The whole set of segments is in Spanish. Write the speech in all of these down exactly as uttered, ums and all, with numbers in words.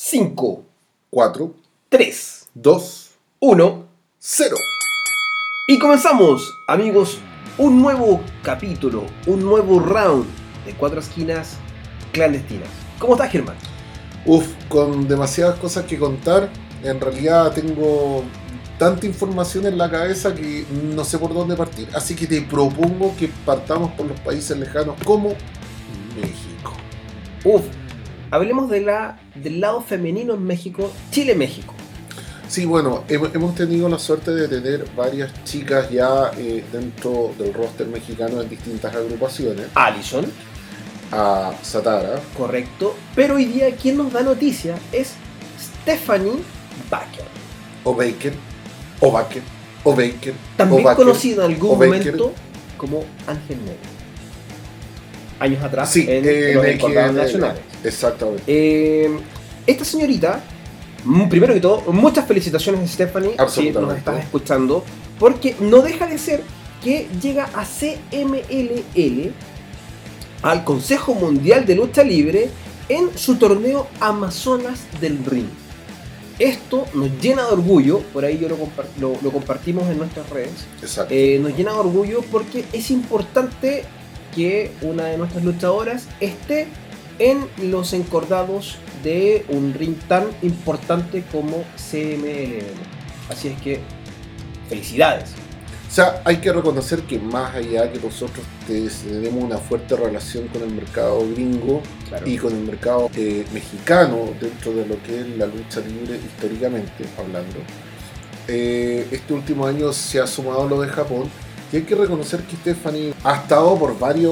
cinco, cuatro, tres, dos, uno. cero. Y comenzamos, amigos, un nuevo capítulo, un nuevo round de Cuatro Esquinas Clandestinas. ¿Cómo estás, Germán? Uf, con demasiadas cosas que contar. En realidad tengo tanta información en la cabeza que no sé por dónde partir. Así que te propongo que partamos por los países lejanos como México. Uf, hablemos de la, del lado femenino en México, Chile-México. Sí, bueno, hemos tenido la suerte de tener varias chicas ya eh, dentro del roster mexicano en distintas agrupaciones. Allison. A Satara. Correcto. Pero hoy día quien nos da noticia es Stephanie Baker. O Baker. O Baker. O Baker. También o Baker, conocida en algún momento Baker. como Ángel Negro. Años atrás sí, en eh, los en encordados X N L. nacionales. Exactamente. Eh, esta señorita, primero que todo, muchas felicitaciones, Stephanie, si nos estás escuchando, porque no deja de ser que llega a C M L L, al Consejo Mundial de Lucha Libre, en su torneo Amazonas del Ring. Esto nos llena de orgullo, por ahí yo lo, compart lo, lo compartimos en nuestras redes. Exacto. Eh, nos llena de orgullo porque es importante que una de nuestras luchadoras esté en los encordados de un ring tan importante como C M L L. Así es que, felicidades. O sea, hay que reconocer que más allá que nosotros tenemos una fuerte relación con el mercado gringo, claro, y con el mercado eh, mexicano dentro de lo que es la lucha libre históricamente hablando, eh, este último año se ha sumado lo de Japón. Y hay que reconocer que Stephanie ha estado por varios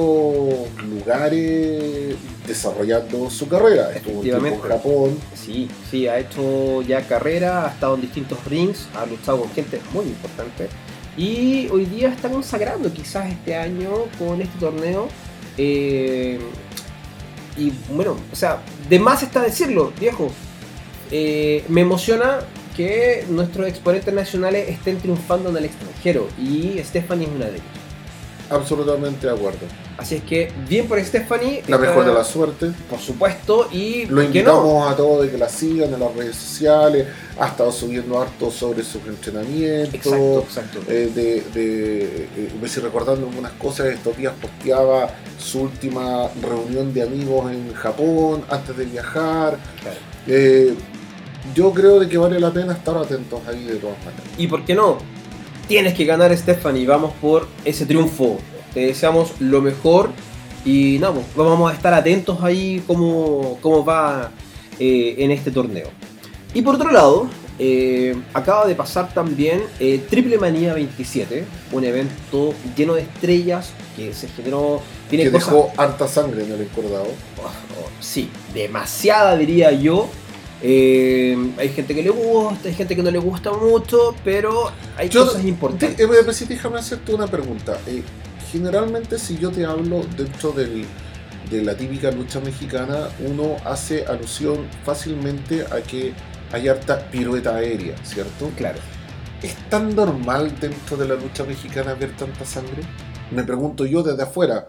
lugares desarrollando su carrera. Estuvo un tiempo en Japón. Sí, sí, ha hecho ya carrera, ha estado en distintos rings, ha luchado con gente muy importante. Y hoy día está consagrando quizás este año con este torneo. Eh, y bueno, o sea, de más está decirlo, viejo. Eh, me emociona que nuestros exponentes nacionales estén triunfando en el extranjero, y Stephanie es una de ellos. Absolutamente de acuerdo. Así es que bien por Stephanie. La está, mejor de la suerte. Por supuesto. Y lo invitamos no? a todos de que la sigan en las redes sociales. Ha estado subiendo harto sobre sus entrenamientos. Exacto, exacto. Eh, de, de, de, de recordando algunas cosas. Estos días posteaba su última reunión de amigos en Japón antes de viajar. Claro. Eh, Yo creo de que vale la pena estar atentos ahí de todas maneras. ¿Y por qué no? Tienes que ganar, Stephanie. Vamos por ese triunfo. Te deseamos lo mejor. Y nada, pues, vamos a estar atentos ahí cómo, cómo va eh, en este torneo. Y por otro lado, eh, acaba de pasar también eh, Triple Manía veintisiete. Un evento lleno de estrellas que se generó... Tiene que cosas... dejó harta sangre en el encordado. Oh, oh, sí, demasiada diría yo. Eh, hay gente que le gusta, hay gente que no le gusta mucho, pero hay yo, cosas importantes. Te, eh, déjame hacerte una pregunta. Eh, generalmente, si yo te hablo dentro del, de la típica lucha mexicana, uno hace alusión fácilmente a que hay harta pirueta aérea, ¿cierto? Claro. ¿Es tan normal dentro de la lucha mexicana ver tanta sangre? Me pregunto yo desde afuera.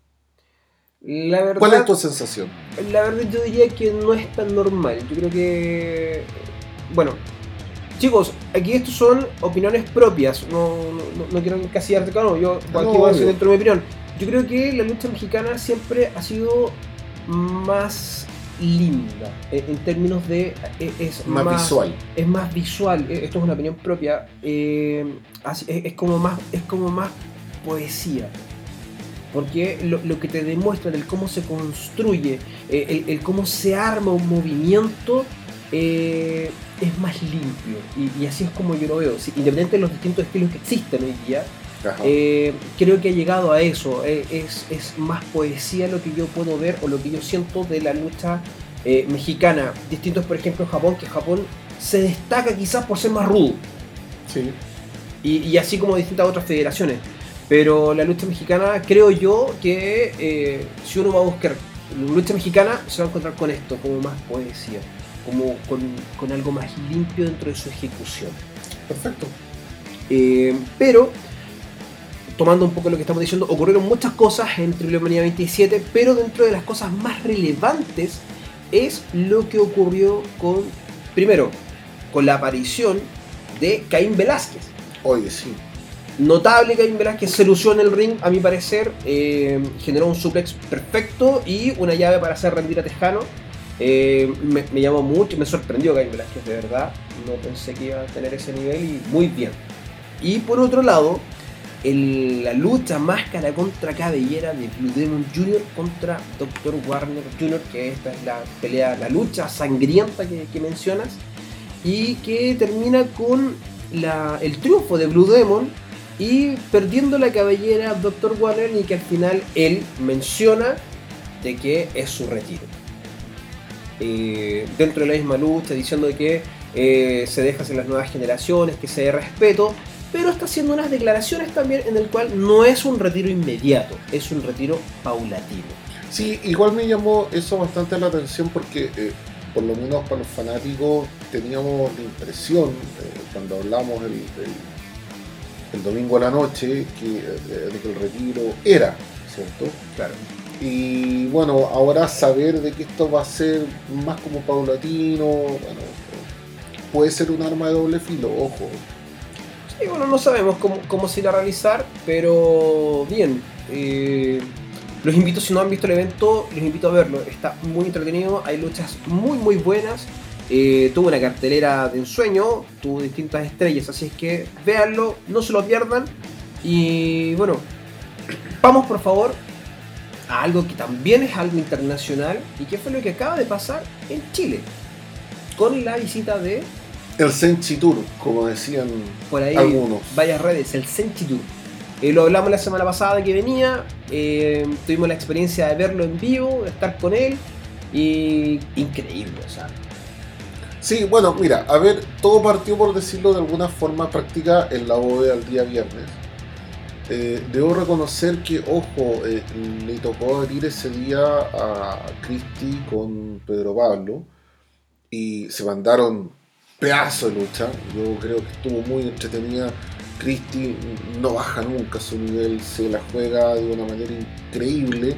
La verdad, ¿cuál es tu sensación? La verdad yo diría que no es tan normal. Yo creo que... Bueno, chicos, aquí esto son opiniones propias. No, no, no quiero encasillarte, claro, yo aquí voy a decir dentro de mi opinión. Yo creo que la lucha mexicana siempre ha sido más linda. En términos de... Es más, más visual. Es más visual. Esto es una opinión propia. Eh, es, como más, es como más poesía. Porque lo, lo que te demuestra del cómo se construye, eh, el, el cómo se arma un movimiento, eh, es más limpio. Y, y así es como yo lo veo. Sí, independientemente de los distintos estilos que existen hoy día, eh, creo que ha llegado a eso. Eh, es, es más poesía lo que yo puedo ver o lo que yo siento de la lucha eh, mexicana. Distintos, por ejemplo, en Japón, que Japón se destaca quizás por ser más rudo. Sí. Y, y así como distintas otras federaciones. Pero la lucha mexicana, creo yo que eh, si uno va a buscar lucha mexicana, se va a encontrar con esto, como más poesía, como con, con algo más limpio dentro de su ejecución. Perfecto. Eh, pero, tomando un poco lo que estamos diciendo, ocurrieron muchas cosas en Triple Manía veintisiete, pero dentro de las cosas más relevantes es lo que ocurrió con, primero, con la aparición de Caín Velázquez. Oye, sí. Notable Caín Velázquez, se lució en el ring, a mi parecer, eh, generó un suplex perfecto y una llave para hacer rendir a Tejano. Eh, me, me llamó mucho, me sorprendió Caín Velázquez, de verdad. No pensé que iba a tener ese nivel y muy bien. Y por otro lado, el, la lucha máscara contra cabellera de Blue Demon junior contra doctor Warner junior, que esta es la pelea, la lucha sangrienta que, que mencionas, y que termina con la, el triunfo de Blue Demon y perdiendo la cabellera doctor Warner, y que al final él menciona de que es su retiro. Eh, dentro de la misma lucha, diciendo de que eh, se deja hacer las nuevas generaciones, que se dé respeto, pero está haciendo unas declaraciones también en el cual no es un retiro inmediato, es un retiro paulatino. Sí, igual me llamó eso bastante la atención porque eh, por lo menos para los fanáticos teníamos la impresión, eh, cuando hablamos el, el, el domingo a la noche, que, eh, de que el retiro era, ¿cierto? Claro. Y bueno, ahora saber de que esto va a ser más como paulatino, bueno, puede ser un arma de doble filo, ojo. Sí, bueno, no sabemos cómo, cómo se irá a realizar, pero bien. Eh, los invito, si no han visto el evento, los invito a verlo. Está muy entretenido, hay luchas muy muy buenas. Eh, tuvo una cartelera de ensueño, tuvo distintas estrellas, así es que véanlo, no se lo pierdan. Y bueno, vamos por favor a algo que también es algo internacional y que fue lo que acaba de pasar en Chile, con la visita de... el Senchi Tour, como decían por ahí algunos. Varias redes, el Senchi Tour. Eh, lo hablamos la semana pasada que venía, eh, tuvimos la experiencia de verlo en vivo, de estar con él, y increíble, o sea. Sí, bueno, mira, a ver, todo partió, por decirlo de alguna forma práctica, en la bóveda el día viernes. Eh, debo reconocer que, ojo, eh, le tocó abrir ese día a Cristi con Pedro Pablo y se mandaron pedazo de lucha. Yo creo que estuvo muy entretenida. Cristi no baja nunca su nivel, se la juega de una manera increíble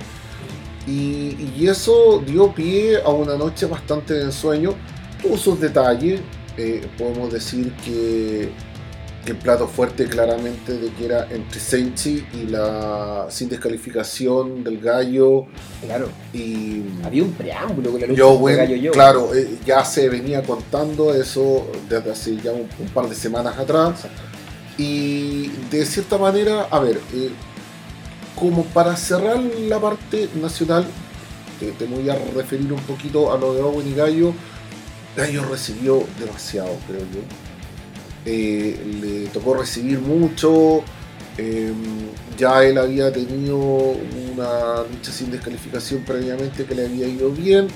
y, y eso dio pie a una noche bastante de ensueño. Tuvo sus detalles, eh, podemos decir que el plato fuerte claramente de que era entre Senchi y la sin descalificación del Gallo. Claro. Y había un preámbulo con la lucha yo, bueno, del Gallo yo. Claro, eh, ya se venía contando eso desde hace ya un, un par de semanas atrás. Exacto. Y de cierta manera, a ver, eh, como para cerrar la parte nacional, te, te voy a referir un poquito a lo de Owen y Gallo. Gallo recibió demasiado, creo yo. Eh, le tocó recibir mucho, eh, ya él había tenido una lucha sin descalificación previamente que le había ido bien,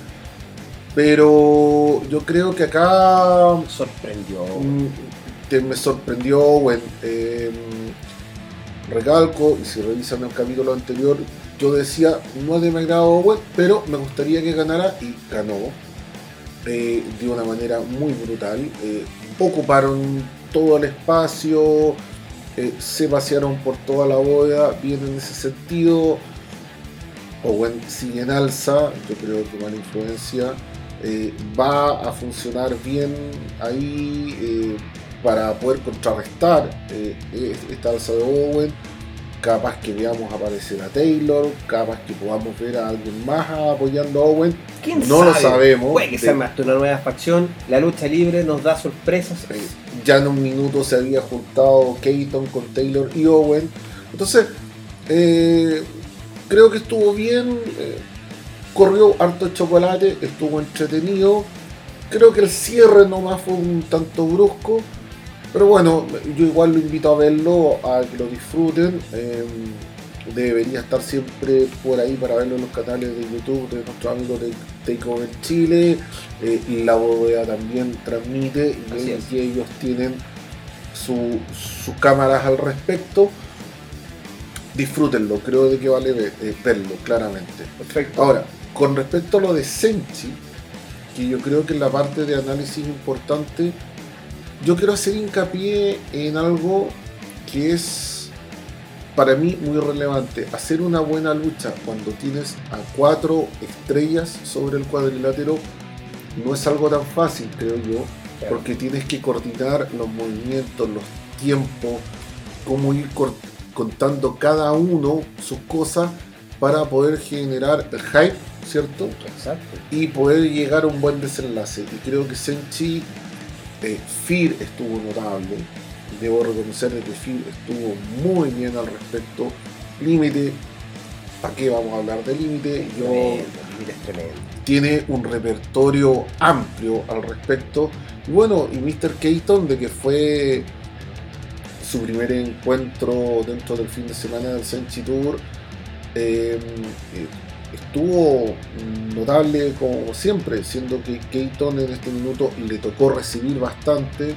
pero yo creo que acá sorprendió, te, me sorprendió, bueno, eh, recalco, y si revisan el capítulo anterior, yo decía, no es de mi agrado Owen, pero me gustaría que ganara, y ganó eh, de una manera muy brutal. Eh, ocuparon todo el espacio, eh, se pasearon por toda la bóveda, bien en ese sentido. Owen sigue en alza, yo creo que mala influencia, eh, va a funcionar bien ahí eh, para poder contrarrestar eh, esta alza de Owen. Capaz que veamos aparecer a Taylor, capaz que podamos ver a alguien más apoyando a Owen. ¿Quién no sabe? Lo sabemos. Puede que sea más una nueva facción. La lucha libre nos da sorpresas. Eh, ya en un minuto se había juntado Keaton con Taylor y Owen. Entonces, eh, creo que estuvo bien. Eh, corrió harto chocolate, estuvo entretenido. Creo que el cierre nomás fue un tanto brusco. Pero bueno, yo igual lo invito a verlo, a que lo disfruten. Eh, debería estar siempre por ahí para verlo en los canales de YouTube de nuestros amigos de Takeover Chile. Eh, la bóveda también transmite y, es. y ellos tienen su, sus cámaras al respecto. Disfrútenlo, creo de que vale ver, eh, verlo claramente. Perfecto. Ahora, con respecto a lo de Senchi, que yo creo que es la parte de análisis importante, yo quiero hacer hincapié en algo que es para mí muy relevante, hacer una buena lucha cuando tienes a cuatro estrellas sobre el cuadrilátero no es algo tan fácil, creo yo, claro. Porque tienes que coordinar los movimientos, los tiempos, cómo ir contando cada uno sus cosas para poder generar el hype, ¿cierto? Exacto. Y poder llegar a un buen desenlace. Y creo que Senshi, eh, Fear estuvo notable. Debo reconocer que Fear estuvo muy bien al respecto. Límite, ¿para qué vamos a hablar de Límite? Yo Límite es tremendo. Tiene un repertorio amplio al respecto. Bueno, y mister Keaton, de que fue su primer encuentro dentro del fin de semana del Senshi Tour, eh, estuvo notable como siempre, siendo que Keaton en este minuto le tocó recibir bastante.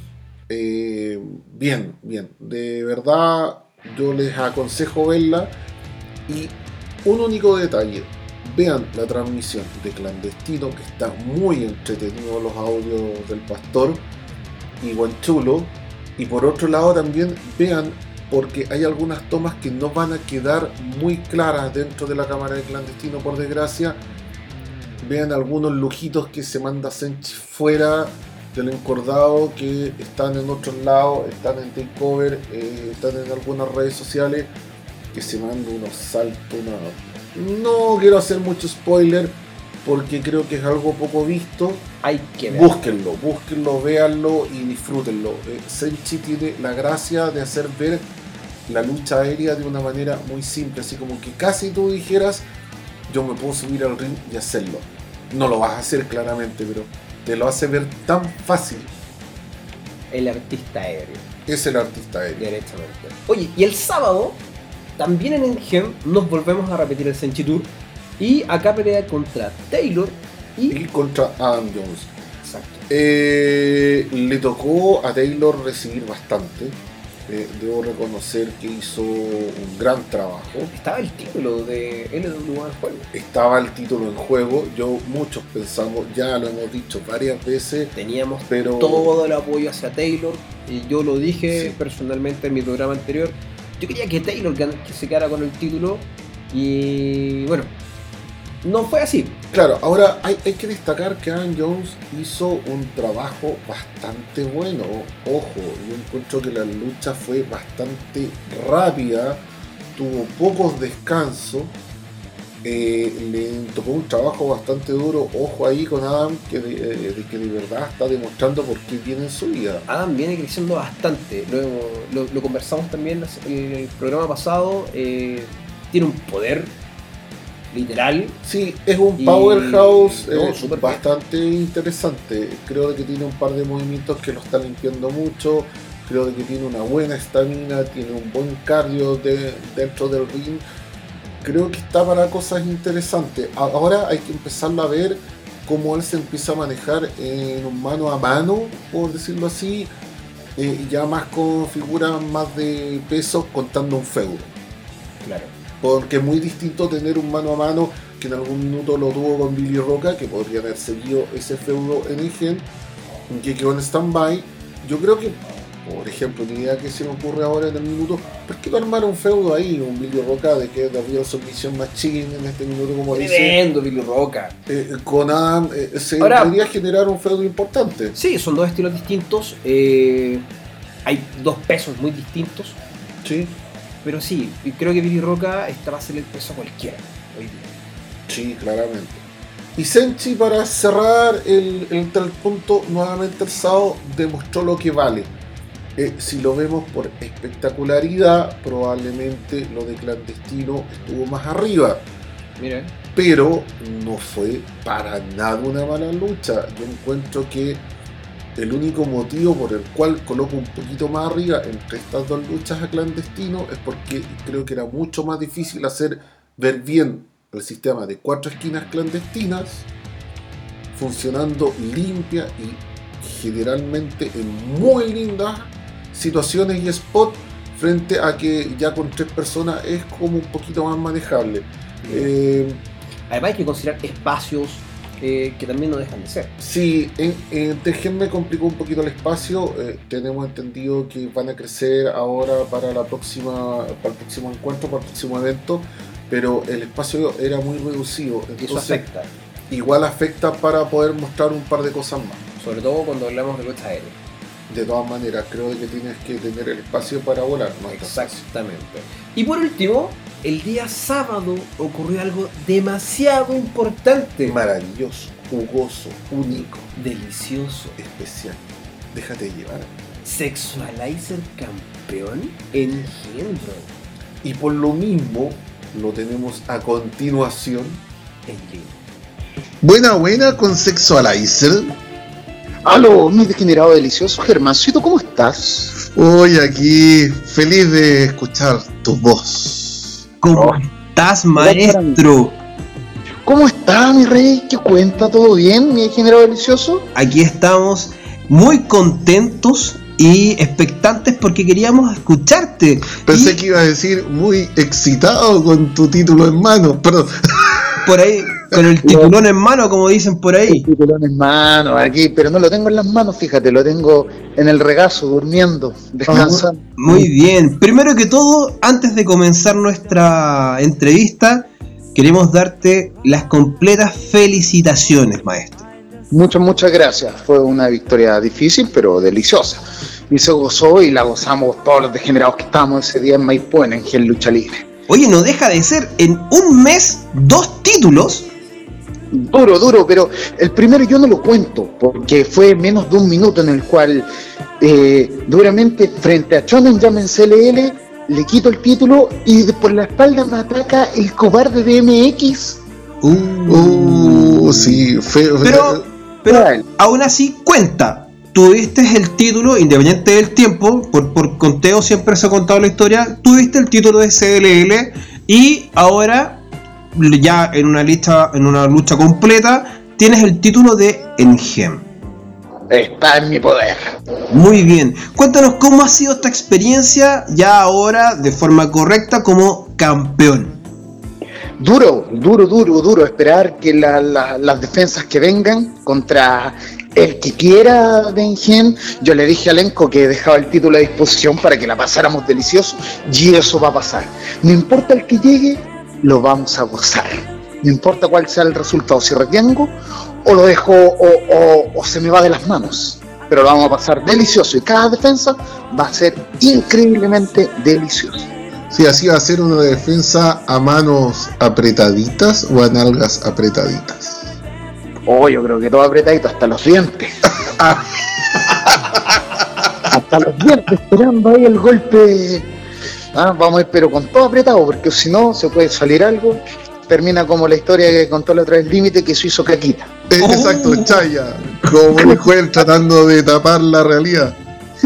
Eh, bien, bien, de verdad yo les aconsejo verla. Y un único detalle, vean la transmisión de Clandestino, que está muy entretenido, los audios del Pastor y Guanchulo. Y por otro lado también vean, porque hay algunas tomas que no van a quedar muy claras dentro de la cámara de Clandestino, por desgracia. Vean algunos lujitos que se manda Senshi fuera del encordado, que están en otros lados, están en Takeover, eh, están en algunas redes sociales, que se manda unos saltos, una... no quiero hacer mucho spoiler, porque creo que es algo poco visto. Hay que verlo. Búsquenlo, búsquenlo, véanlo y disfrútenlo. Eh, Senshi tiene la gracia de hacer ver la lucha aérea de una manera muy simple, así como que casi tú dijeras, yo me puedo subir al ring y hacerlo. No lo vas a hacer claramente, pero te lo hace ver tan fácil. El artista aéreo. Es el artista aéreo. Directamente. Oye, y el sábado, también en Engen, nos volvemos a repetir el Senshi Tour. Y acá pelea contra Taylor y, y contra Adam Jones. Exacto. Eh, le tocó a Taylor recibir bastante. Eh, debo reconocer que hizo un gran trabajo. Estaba el título de L W A en juego. Estaba el título en juego. Yo, muchos pensamos, ya lo hemos dicho varias veces. Teníamos pero... todo el apoyo hacia Taylor. Y yo lo dije sí. personalmente en mi programa anterior. Yo quería que Taylor que se quedara con el título. Y bueno, no fue así. Claro, ahora hay, hay que destacar que Adam Jones hizo un trabajo bastante bueno. Ojo, yo encuentro que la lucha fue bastante rápida, tuvo pocos descansos, eh, le tocó un trabajo bastante duro. Ojo ahí con Adam, que de, de que de verdad está demostrando por qué viene en su vida. Adam viene creciendo bastante, lo, lo, lo conversamos también en el programa pasado, eh, tiene un poder literal. Sí, es un powerhouse y... no, eh, bastante bien. Interesante. Creo que tiene un par de movimientos que lo están limpiando mucho. Creo que tiene una buena estamina, tiene un buen cardio de, dentro del ring. Creo que está para cosas interesantes. Ahora hay que empezar a ver cómo él se empieza a manejar en un mano a mano, por decirlo así, eh, ya más con figuras más de peso, contando un feudo. Claro. Porque es muy distinto tener un mano a mano, que en algún minuto lo tuvo con Billy Roca, que podría haber seguido ese feudo en Engen, que quedó en stand-by. Yo creo que, por ejemplo, una idea que se me ocurre ahora en el minuto, ¿por qué no armar un feudo ahí? Un Billy Roca de que es Real Submission Machine en este minuto, como dice. Tremendo Billy Roca. Eh, con Adam eh, se ahora, podría generar un feudo importante. Sí, son dos estilos distintos. Eh, hay dos pesos muy distintos. Sí. Pero sí, creo que Billy Roca está para hacerle el peso a cualquiera hoy día. Sí, claramente. Y Senshi, para cerrar el, el, el punto, nuevamente el sábado demostró lo que vale. Eh, si lo vemos por espectacularidad, probablemente lo de Clandestino estuvo más arriba. Miren. Pero no fue para nada una mala lucha. Yo encuentro que el único motivo por el cual coloco un poquito más arriba entre estas dos luchas a Clandestino es porque creo que era mucho más difícil hacer ver bien el sistema de cuatro esquinas clandestinas funcionando limpia y generalmente en muy lindas situaciones y spot, frente a que ya con tres personas es como un poquito más manejable. Eh, Además hay que considerar espacios, eh, que también no dejan de ser. Sí, en, en T G M me complicó un poquito el espacio. Eh, tenemos entendido que van a crecer ahora para la próxima, para el próximo encuentro, para el próximo evento, pero el espacio era muy reducido. Entonces, eso afecta. Igual afecta para poder mostrar un par de cosas más. Sobre todo cuando hablamos de lucha aérea. De todas maneras, creo que tienes que tener el espacio para volar, ¿no? Exactamente. Y por último, el día sábado ocurrió algo demasiado importante. Maravilloso, jugoso, único, delicioso, especial. Déjate llevar. Sexualizer campeón en Engendro. Y por lo mismo, lo tenemos a continuación en Lima. Buena, buena con Sexualizer. Aló, mi degenerado delicioso Germancito, ¿cómo estás? Hoy aquí, feliz de escuchar tu voz. ¿Cómo oh. estás, maestro? ¿Cómo estás, mi rey? ¿Qué cuenta? ¿Todo bien, mi degenerado delicioso? Aquí estamos muy contentos y expectantes porque queríamos escucharte. Pensé y... que iba a decir muy excitado con tu título en mano, perdón. Por ahí, con el titulón en mano, como dicen por ahí. El titulón en mano, aquí, pero no lo tengo en las manos, fíjate, lo tengo en el regazo, durmiendo, descansando. Ah, muy bien. Primero que todo, antes de comenzar nuestra entrevista, queremos darte las completas felicitaciones, maestro. Muchas, muchas gracias. Fue una victoria difícil, pero deliciosa. Y se gozó y la gozamos todos los degenerados que estábamos ese día en Maipú, en Engel Lucha Libre. Oye, no deja de ser en un mes dos títulos. Duro, duro, pero el primero yo no lo cuento, porque fue menos de un minuto en el cual eh, duramente frente a Shonen Jam en C L L le quito el título y por la espalda me ataca el cobarde de M X. Uh, uh sí, feo. Pero, pero aún así cuenta. Tuviste el título, independiente del tiempo, por, por conteo siempre se ha contado la historia, tuviste el título de C L L y ahora, ya en una lista, en una lucha completa, tienes el título de Engem. Está en mi poder. Muy bien. Cuéntanos cómo ha sido esta experiencia ya ahora de forma correcta como campeón. Duro, duro, duro, duro. Esperar que la, la, las defensas que vengan contra el que quiera de Engem. Yo le dije a Lenko que dejaba el título a disposición para que la pasáramos delicioso y eso va a pasar. No importa el que llegue, lo vamos a gozar. No importa cuál sea el resultado, si retengo o lo dejo o, o, o se me va de las manos. Pero lo vamos a pasar delicioso y cada defensa va a ser increíblemente deliciosa. Sí, así va a ser una defensa a manos apretaditas o a nalgas apretaditas. Oh, yo creo que todo apretadito, hasta los dientes. Hasta los dientes, esperando ahí el golpe. Ah, vamos a ir, pero con todo apretado, porque si no, se puede salir algo. Termina como la historia que contó la otra vez Límite, que se hizo caquita. Eh, oh. Exacto, Chaya. Como el juez tratando de tapar la realidad.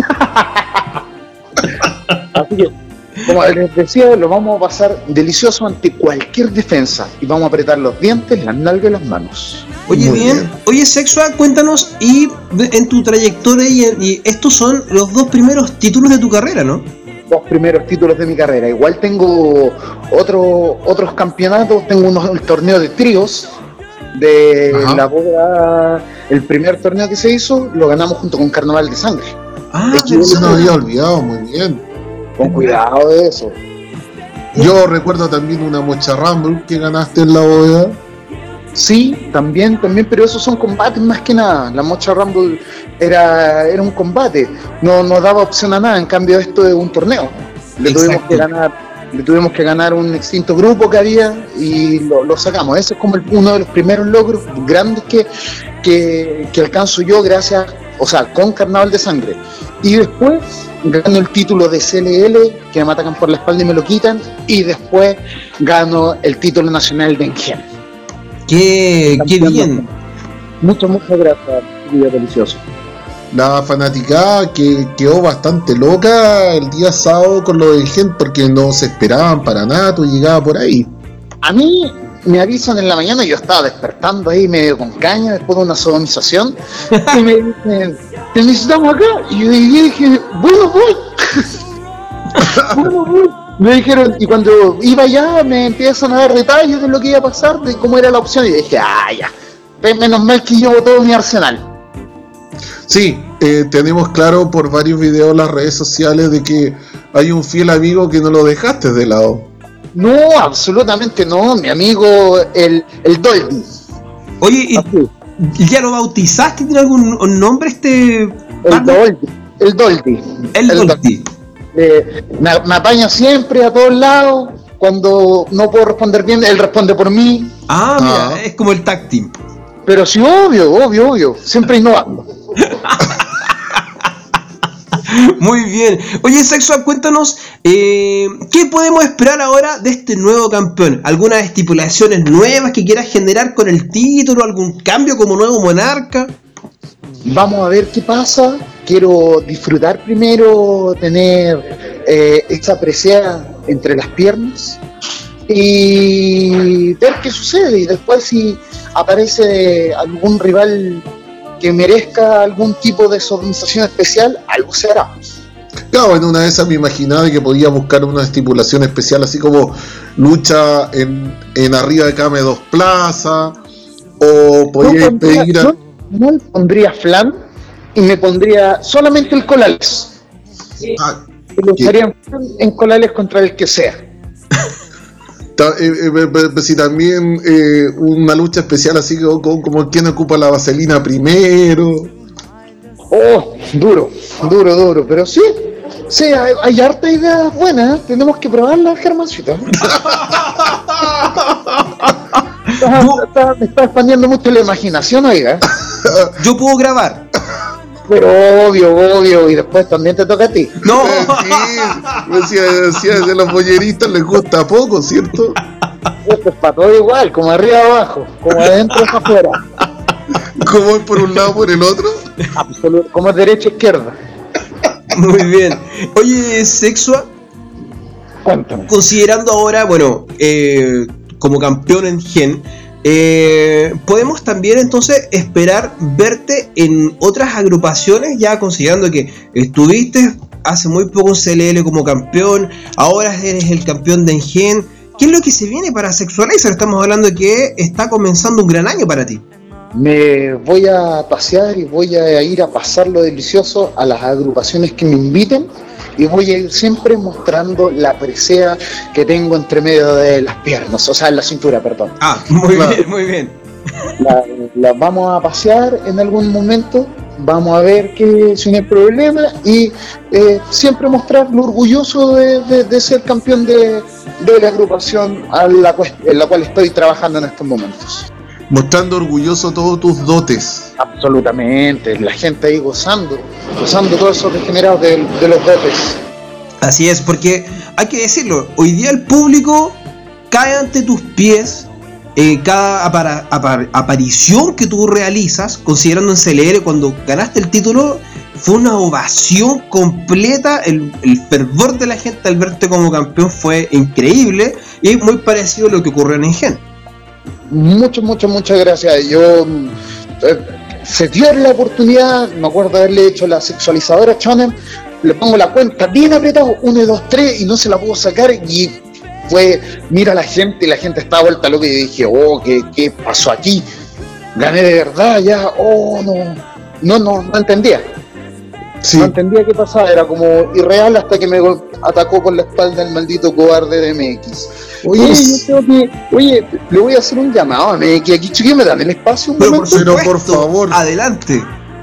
Así que, como les decía, lo vamos a pasar delicioso ante cualquier defensa. Y vamos a apretar los dientes, las nalgas y las manos. Oye, bien. bien. Oye, Sexua, cuéntanos, y en tu trayectoria, y, y estos son los dos primeros títulos de tu carrera, ¿no? Dos primeros títulos de mi carrera. Igual tengo otro, otros campeonatos, tengo unos, el torneo de tríos, de Ajá. la boda, el primer torneo que se hizo, lo ganamos junto con Carnaval de Sangre. Ah, se me había olvidado, muy bien. Con cuidado de eso. Yo recuerdo también una Mocha Rumble que ganaste en la bóveda. Sí, también, también, pero esos son combates más que nada. La Mocha Rumble era, era un combate, no nos daba opción a nada. En cambio esto es un torneo. Le Exacto. tuvimos que ganar, le tuvimos que ganar un extinto grupo que había y lo, lo sacamos. Ese es como el, uno de los primeros logros grandes que, que, que alcanzo yo gracias, o sea, con Carnaval de Sangre. Y después gano el título de C L L, que me atacan por la espalda y me lo quitan, y después gano el título nacional de Engem. ¡Qué, qué bien! Muchas, muchas gracias, video delicioso. La fanaticada que quedó bastante loca el día sábado con lo del Engem, porque no se esperaban para nada, tú llegabas por ahí. A mí me avisan en la mañana, yo estaba despertando ahí medio con caña después de una sodomización, y me dicen, te necesitamos acá, y yo dije, bueno voy, bueno voy. Me dijeron, y cuando iba allá me empiezan a dar detalles de lo que iba a pasar, de cómo era la opción, y dije, ah, ya, Menos mal que llevo todo mi arsenal. Sí, eh, tenemos claro por varios videos en las redes sociales de que hay un fiel amigo que no lo dejaste de lado. No, absolutamente no, mi amigo el, el Dolby. Oye, ¿y ¿ya lo bautizaste? ¿Tiene algún nombre este? El Dolby. El Dolby. El, el Dolby. Eh, me, me apaña siempre a todos lados. Cuando no puedo responder bien, él responde por mí. Ah, mira, ah. Es como el tag team. Pero sí, obvio, obvio, obvio. Siempre innovando. Muy bien. Oye, Sexual, cuéntanos, eh, ¿qué podemos esperar ahora de este nuevo campeón? ¿Algunas estipulaciones nuevas que quieras generar con el título? ¿Algún cambio como nuevo monarca? Vamos a ver qué pasa. Quiero disfrutar primero, tener eh, esa presea entre las piernas y ver qué sucede. Y después, si aparece algún rival que merezca algún tipo de sodomización especial, algo se hará. Claro, en una de esas me imaginaba que podía buscar una estipulación especial, así como lucha en, en arriba de K M dos Plaza, o podía no pedir a... No, no le pondría flan y me pondría solamente el Colales. Ah, y lo usaría en Colales contra el que sea. Eh, eh, si también eh, una lucha especial así como, como, como quien ocupa la vaselina primero. Oh, duro, duro, duro, pero sí, sí, hay, hay harta idea buena, ¿eh? Tenemos que probarla, Germancito. Me está expandiendo mucho la imaginación, oiga. Yo puedo grabar. Pero obvio, obvio, y después también te toca a ti. No, sí, decía, decía que a los bolleristas les gusta poco, ¿cierto? Esto es para todo igual, como arriba abajo, como adentro es afuera. ¿Cómo es por un lado por el otro? Absoluto, como es derecha izquierda. Muy bien. Oye, Sexua, cuéntame. Considerando ahora, bueno, eh, como campeón en Gen, Eh, podemos también entonces esperar verte en otras agrupaciones, ya considerando que estuviste hace muy poco en C L L como campeón, ahora eres el campeón de Engen. ¿Qué es lo que se viene para Sexualizer? Estamos hablando de que está comenzando un gran año para ti. Me voy a pasear y voy a ir a pasar lo delicioso a las agrupaciones que me inviten, y voy a ir siempre mostrando la presea que tengo entre medio de las piernas, o sea, en la cintura, perdón. Ah, muy claro. bien, muy bien. La, la vamos a pasear en algún momento, vamos a ver que si no hay problema, y eh, siempre mostrar lo orgulloso de, de, de ser campeón de, de la agrupación a la, en la cual estoy trabajando en estos momentos. Mostrando orgulloso todos tus dotes. Absolutamente, la gente ahí gozando, gozando todos esos degenerados de, de los dotes. Así es, porque hay que decirlo, hoy día el público cae ante tus pies eh, cada apara, apar, aparición que tú realizas, considerando en C L L cuando ganaste el título, fue una ovación completa, el, el fervor de la gente al verte como campeón fue increíble y muy parecido a lo que ocurrió en Engen. Muchas, muchas, muchas gracias. Yo eh, se dio la oportunidad, me acuerdo de haberle hecho la sexualizadora a Chonem, le pongo la cuenta bien apretado, uno, dos, tres, y no se la pudo sacar, y fue, mira la gente, y la gente estaba vuelta loca, y dije, oh, ¿qué, qué pasó aquí? Gané de verdad, ya, oh, no, no, no, no entendía. Sí. No entendía qué pasaba, era como irreal hasta que me atacó por la espalda el maldito cobarde de M X. Oye, yo tengo que, oye, le voy a hacer un llamado a M X, aquí chiquillos, me dan el espacio un pero momento. Por supuesto, por favor, adelante.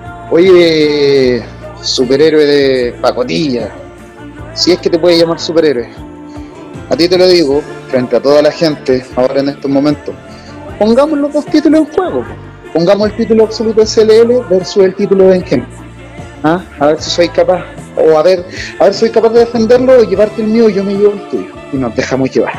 Oye, superhéroe de pacotilla, si es que te puede llamar superhéroe, a ti te lo digo, frente a toda la gente, ahora en estos momentos, pongamos los dos títulos en juego, pongamos el título absoluto de C L L versus el título de Engen. ¿Ah? A ver si soy capaz, o a ver, a ver si soy capaz de defenderlo, y llevarte el mío y yo me llevo el tuyo, y nos dejamos llevar.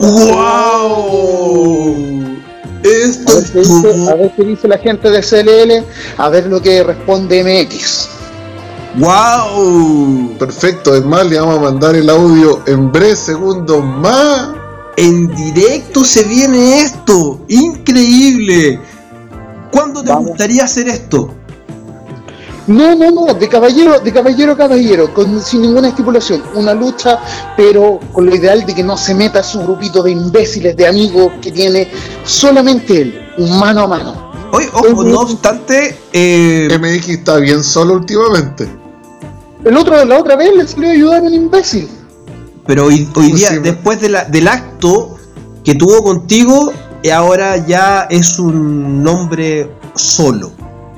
¡Wow! Esto a, ver qué dice, a ver qué dice la gente de C L L, a ver lo que responde M X. ¡Wow! Perfecto, es más, le vamos a mandar el audio en breves segundos más. En directo se viene esto, increíble. ¿Cuándo te vamos. gustaría hacer esto? No, no, no, de caballero, de caballero a caballero, con, sin ninguna estipulación, una lucha, pero con lo ideal de que no se meta su grupito de imbéciles, de amigos que tiene solamente él, un mano a mano. Oye, ojo, no obstante, eh... M X está bien solo últimamente. El otro, la otra vez le salió a ayudar a un imbécil. Pero hoy, hoy día, Sí, después de la, del acto que tuvo contigo, ahora ya es un hombre solo.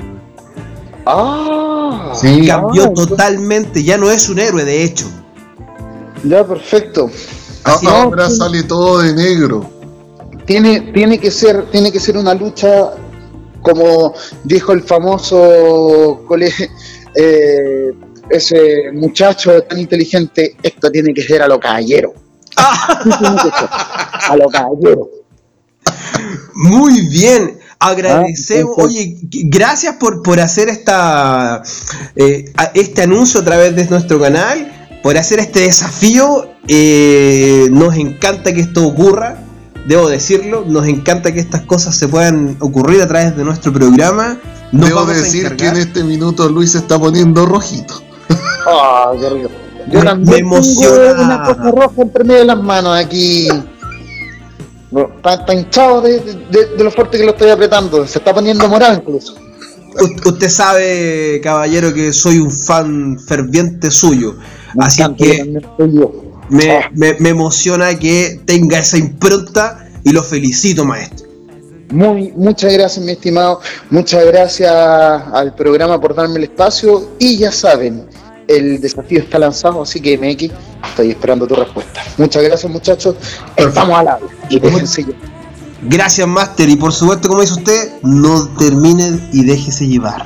Ah, Sí. Cambió ah, totalmente, ya no es un héroe, de hecho. Ya, perfecto. Ah, Así ahora no, sale todo de negro. tiene, tiene que ser, tiene que ser una lucha, como dijo el famoso colegio, eh, ese muchacho tan inteligente, esto tiene que ser a lo caballero. Así tiene que ser, a lo caballero. Muy bien, agradecemos, Ah, oye, gracias por, por hacer esta eh, este anuncio a través de nuestro canal, por hacer este desafío. Eh, nos encanta que esto ocurra, debo decirlo, nos encanta que estas cosas se puedan ocurrir a través de nuestro programa. Nos Debo vamos a decir que encargar. en este minuto Luis se está poniendo rojito. Ah, qué rico. Yo Me- también me tengo emociona. una cosa roja entre medio de las manos aquí. No, Está, está hinchado de, de, de lo fuerte que lo estoy apretando. Se está poniendo morado incluso. U- Usted sabe, caballero, que soy un fan ferviente suyo, Me así encanta, yo que también soy yo. me, Ah, me, me emociona que tenga esa impronta y lo felicito, maestro. muy, muchas gracias, mi estimado. Muchas gracias al programa por darme el espacio. Y ya saben, el desafío está lanzado, así que M X, estoy esperando tu respuesta. Muchas gracias, muchachos. Estamos al habla. Y déjense llevar. Gracias, Master, y por supuesto, como dice usted, no termine y déjese llevar.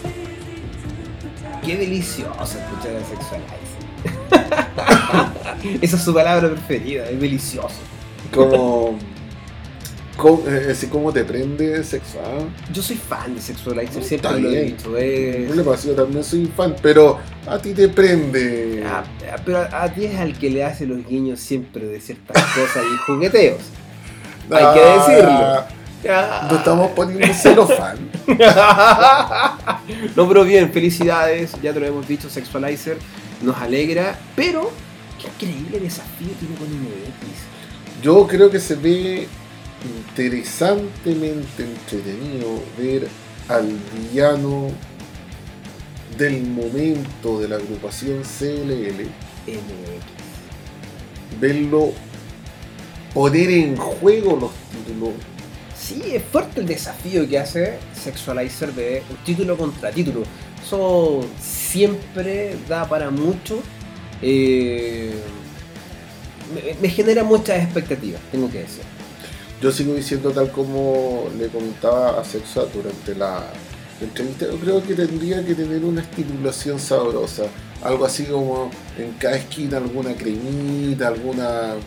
Qué delicioso escuchar a Sexualize. Esa es su palabra preferida, es delicioso. Como. ¿Cómo, eh, así como te prende sexo? ¿Ah? Yo soy fan de Sexualizer, Está siempre lo he bien. dicho. Es... No le pasa, yo también soy fan, pero a ti te prende. Ah, pero a, a ti es al que le hace los guiños siempre de ciertas cosas y jugueteos. Hay que decirlo. Ah. No estamos poniendo celofán. No, pero bien, felicidades, ya te lo hemos dicho, Sexualizer nos alegra, pero qué increíble desafío tiene con M X. Yo creo que se ve interesantemente entretenido ver al villano del momento de la agrupación C L L, M X. verlo poner en juego los títulos. Sí, es fuerte el desafío que hace Sexualizer de un título contra título. Eso siempre da para mucho. Eh, me, me genera muchas expectativas, tengo que decir. Yo sigo diciendo, tal como le comentaba a Sexa durante la entrevista, yo creo que tendría que tener una estipulación sabrosa. Algo así como en cada esquina alguna cremita, alguna...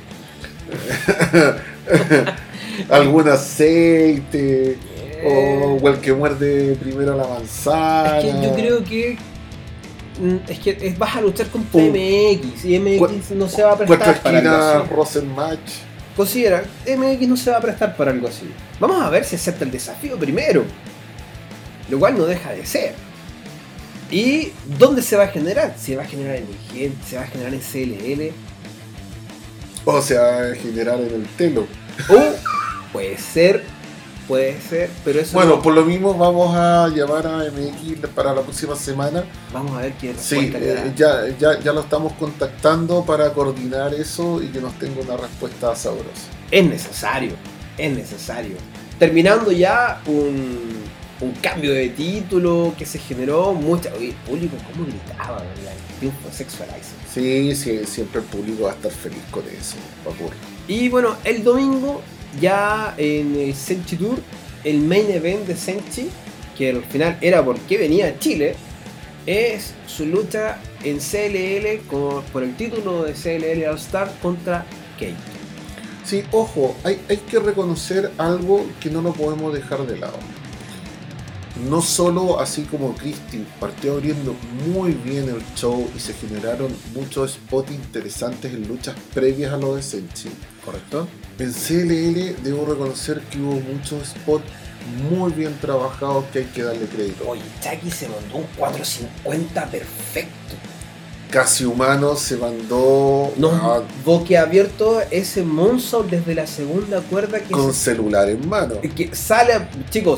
algún aceite, o, o el que muerde primero la manzana. Es que yo creo que es que es, vas a luchar contra M X y M X no se va a Cuatro prestar para algo esquinas, así. Rosen Match. Considera, M X no se va a prestar para algo así. Vamos a ver si acepta el desafío primero, lo cual no deja de ser. ¿Y dónde se va a generar? ¿Se va a generar en Ingen? ¿Se va a generar en C L L? O sea, en general en el telo. O puede ser, puede ser, pero eso Bueno, no- por lo mismo vamos a llamar a M X para la próxima semana. vamos a ver qué Sí, respuesta le da. eh, ya, ya, ya lo estamos contactando para coordinar eso y que nos tenga una respuesta sabrosa. Es necesario, es necesario. Terminando ya un, un cambio de título que se generó mucha. Oye, el público, ¿cómo gritaba, verdad? El triunfo de Sexualizer. Sí, sí, siempre el público va a estar feliz con eso, va a ocurrir. Y bueno, el domingo, ya en el Senchi Tour, el main event de Senchi, que al final era porque venía a Chile, es su lucha en C L L con- por el título de C L L All Star contra Kate. Sí, ojo, hay, hay que reconocer algo que no lo podemos dejar de lado. No solo así como Christie partió abriendo muy bien el show y se generaron muchos spots interesantes en luchas previas a lo de Senchi. ¿Correcto? En C L L debo reconocer que hubo muchos spots muy bien trabajados que hay que darle crédito. Oye, Chucky se mandó un cuatrocientos cincuenta perfecto. Casi Humano se mandó No, a- boquiabierto ese moonsault desde la segunda cuerda que, con se- celular en mano. que sale, a- chicos,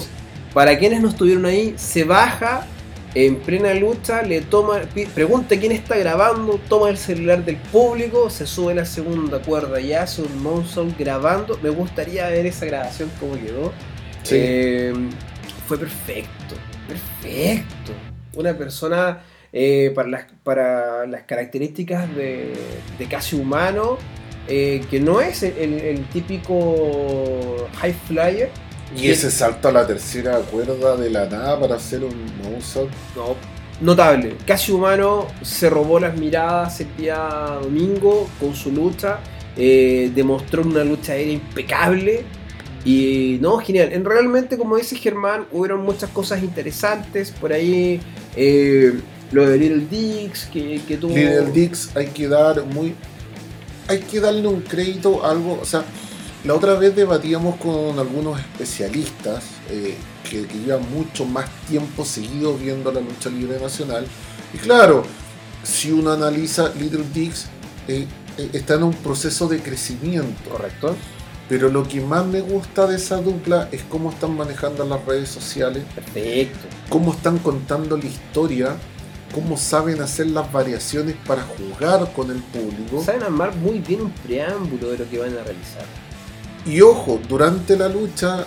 para quienes no estuvieron ahí, se baja en plena lucha, le toma, pregunta quién está grabando, toma el celular del público, se sube la segunda cuerda y hace un moonsault grabando. Me gustaría ver esa grabación cómo quedó. Sí. Eh, fue perfecto, perfecto. Una persona eh, para, las, para las características de, de casi humano, eh, que no es el, el, el típico high flyer. Y ese salto a la tercera cuerda de la nada para hacer un moonsault. No, notable. Casi humano se robó las miradas el día domingo con su lucha. Eh, demostró una lucha aérea impecable. Y no, genial. En, realmente, como dice Germán, hubieron muchas cosas interesantes. Por ahí, eh, lo de Little Dix, que, que tuvo. Little Dix hay que dar muy. Hay que darle un crédito a algo. O sea. La otra vez debatíamos con algunos especialistas eh, que, que llevan mucho más tiempo seguido viendo la lucha libre nacional. Y claro, si uno analiza Little Dix, eh, eh, está en un proceso de crecimiento. Correcto. Pero lo que más me gusta de esa dupla es cómo están manejando las redes sociales. Perfecto. Cómo están contando la historia. Cómo saben hacer las variaciones para jugar con el público. Saben armar muy bien un preámbulo de lo que van a realizar. Y ojo, durante la lucha,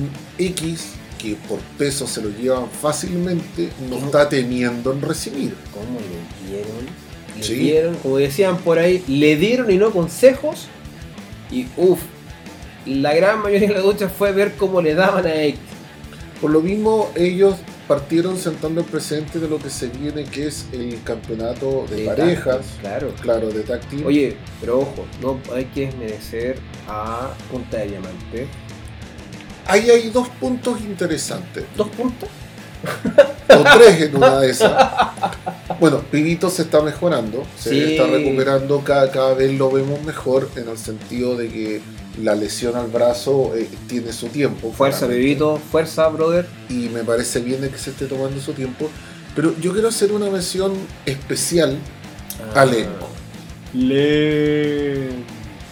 X, que por peso se lo llevan fácilmente, no ¿Cómo? Está temiendo en recibir. ¿Cómo le dieron? Le sí. dieron, como decían por ahí, le dieron y no consejos. Y uff, la gran mayoría de la lucha fue ver cómo le daban a X. Por lo mismo, ellos partieron sentando el presente de lo que se viene, que es el campeonato de, de parejas. Tag, claro. Claro, de tag team. Oye, pero ojo, no hay que desmerecer a Punta de Diamante. Ahí hay dos puntos interesantes. ¿Dos puntos? O tres en una de esas. Bueno, Pibito se está mejorando, se sí. está recuperando, cada, cada vez lo vemos mejor, en el sentido de que la lesión al brazo eh, tiene su tiempo. Fuerza, Pibito, fuerza, brother. Y me parece bien de que se esté tomando su tiempo. Pero yo quiero hacer una mención especial ah. a Lenko. Lenko.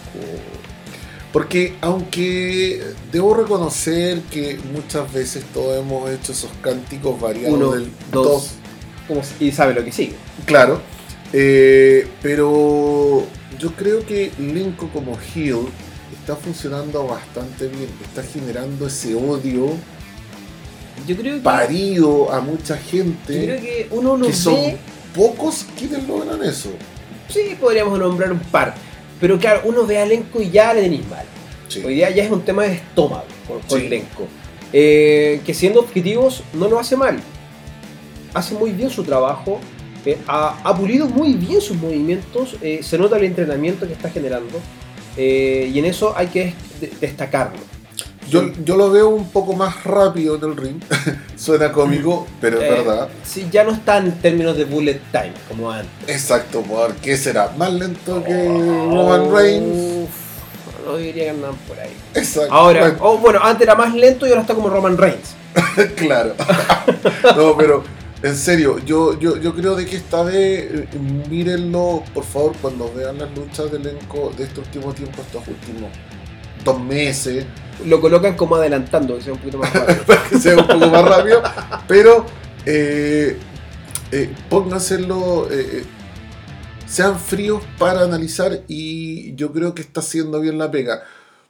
Porque aunque debo reconocer que muchas veces todos hemos hecho esos cánticos variados Uno, del dos, dos y sabe lo que sigue. Claro, eh, pero yo creo que Lenko como heel está funcionando bastante bien, está generando ese odio yo creo que, parido a mucha gente. Yo creo que uno lo que ve, son pocos quienes logran eso. Sí, podríamos nombrar un par. Pero claro, uno ve a Lenko y ya le tenéis mal. Sí. Hoy día ya es un tema de estómago con, con sí. Lenko. Eh, que siendo objetivos no lo hace mal. Hace muy bien su trabajo. Eh, ha, ha pulido muy bien sus movimientos. Eh, se nota el entrenamiento que está generando. Eh, y en eso hay que dest- destacarlo. Yo, yo lo veo un poco más rápido en el ring. Suena cómico, pero es eh, verdad. Sí, ya no está en términos de bullet time como antes. Exacto, ¿por qué será? ¿Más lento que oh, Roman Reigns? No diría que andan por ahí. Exacto. Ahora, bueno. Oh, bueno, antes era más lento y ahora está como Roman Reigns. Claro. No, pero en serio, yo, yo, yo creo de que esta vez, mírenlo, por favor, cuando vean las luchas de elenco de este último tiempo, estos últimos dos meses. Lo colocan como adelantando, que sea un poquito más rápido. Para que sea un poco más rápido, pero eh, eh, pónganselo, eh, sean fríos para analizar, y yo creo que está haciendo bien la pega.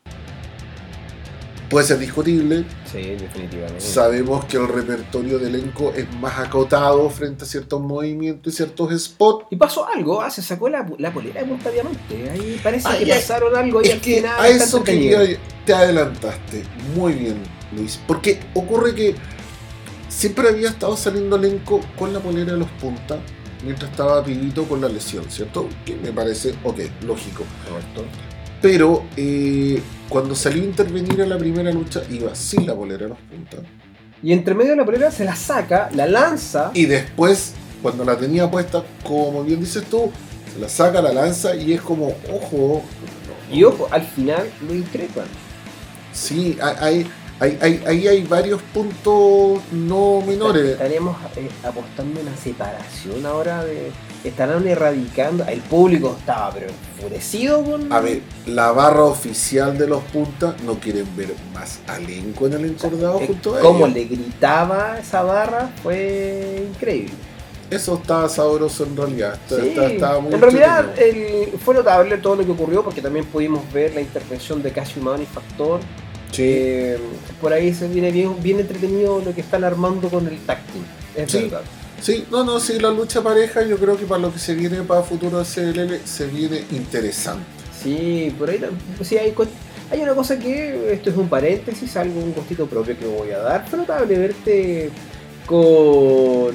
Puede ser discutible. Sí, definitivamente. Sabemos que el repertorio de elenco es más acotado frente a ciertos movimientos y ciertos spots. Y pasó algo, ah, se sacó la, la polera de Punta Diamante. Ahí parece Ay, que pasaron algo y es al que final. A eso que te adelantaste. Muy bien, Luis. Porque ocurre que siempre había estado saliendo elenco con la polera de los puntas, mientras estaba Pibito con la lesión, ¿cierto? Que me parece, ok, lógico. Correcto. Pero eh, cuando salió a intervenir en la primera lucha, iba sin la polera de los puntas. Y entre medio de la polera se la saca, la lanza. Y después, cuando la tenía puesta, como bien dices tú, se la saca, la lanza y es como, ojo. Y ojo, al final lo increpan. Sí, hay, Ahí hay, hay, hay varios puntos no menores. Estaremos eh, apostando en una separación ahora de... Estarán erradicando... El público estaba pero enfurecido con... A ver, la barra oficial de los puntas no quieren ver más elenco en el encordado, o sea, junto a Cómo ellos. le gritaba esa barra fue increíble. Eso estaba sabroso en realidad. Sí, estaba, estaba muy en realidad el, fue notable todo lo que ocurrió porque también pudimos ver la intervención de Cash Humano y Factor. Sí. Eh, por ahí se viene bien, bien entretenido lo que están armando con el tag team. Es Sí. verdad. Sí, no, no, sí, la lucha pareja yo creo que para lo que se viene para futuro de C L L se viene interesante. Sí, por ahí sí, hay, hay una cosa que, esto es un paréntesis, algo, un gustito propio que me voy a dar. Fue notable verte con...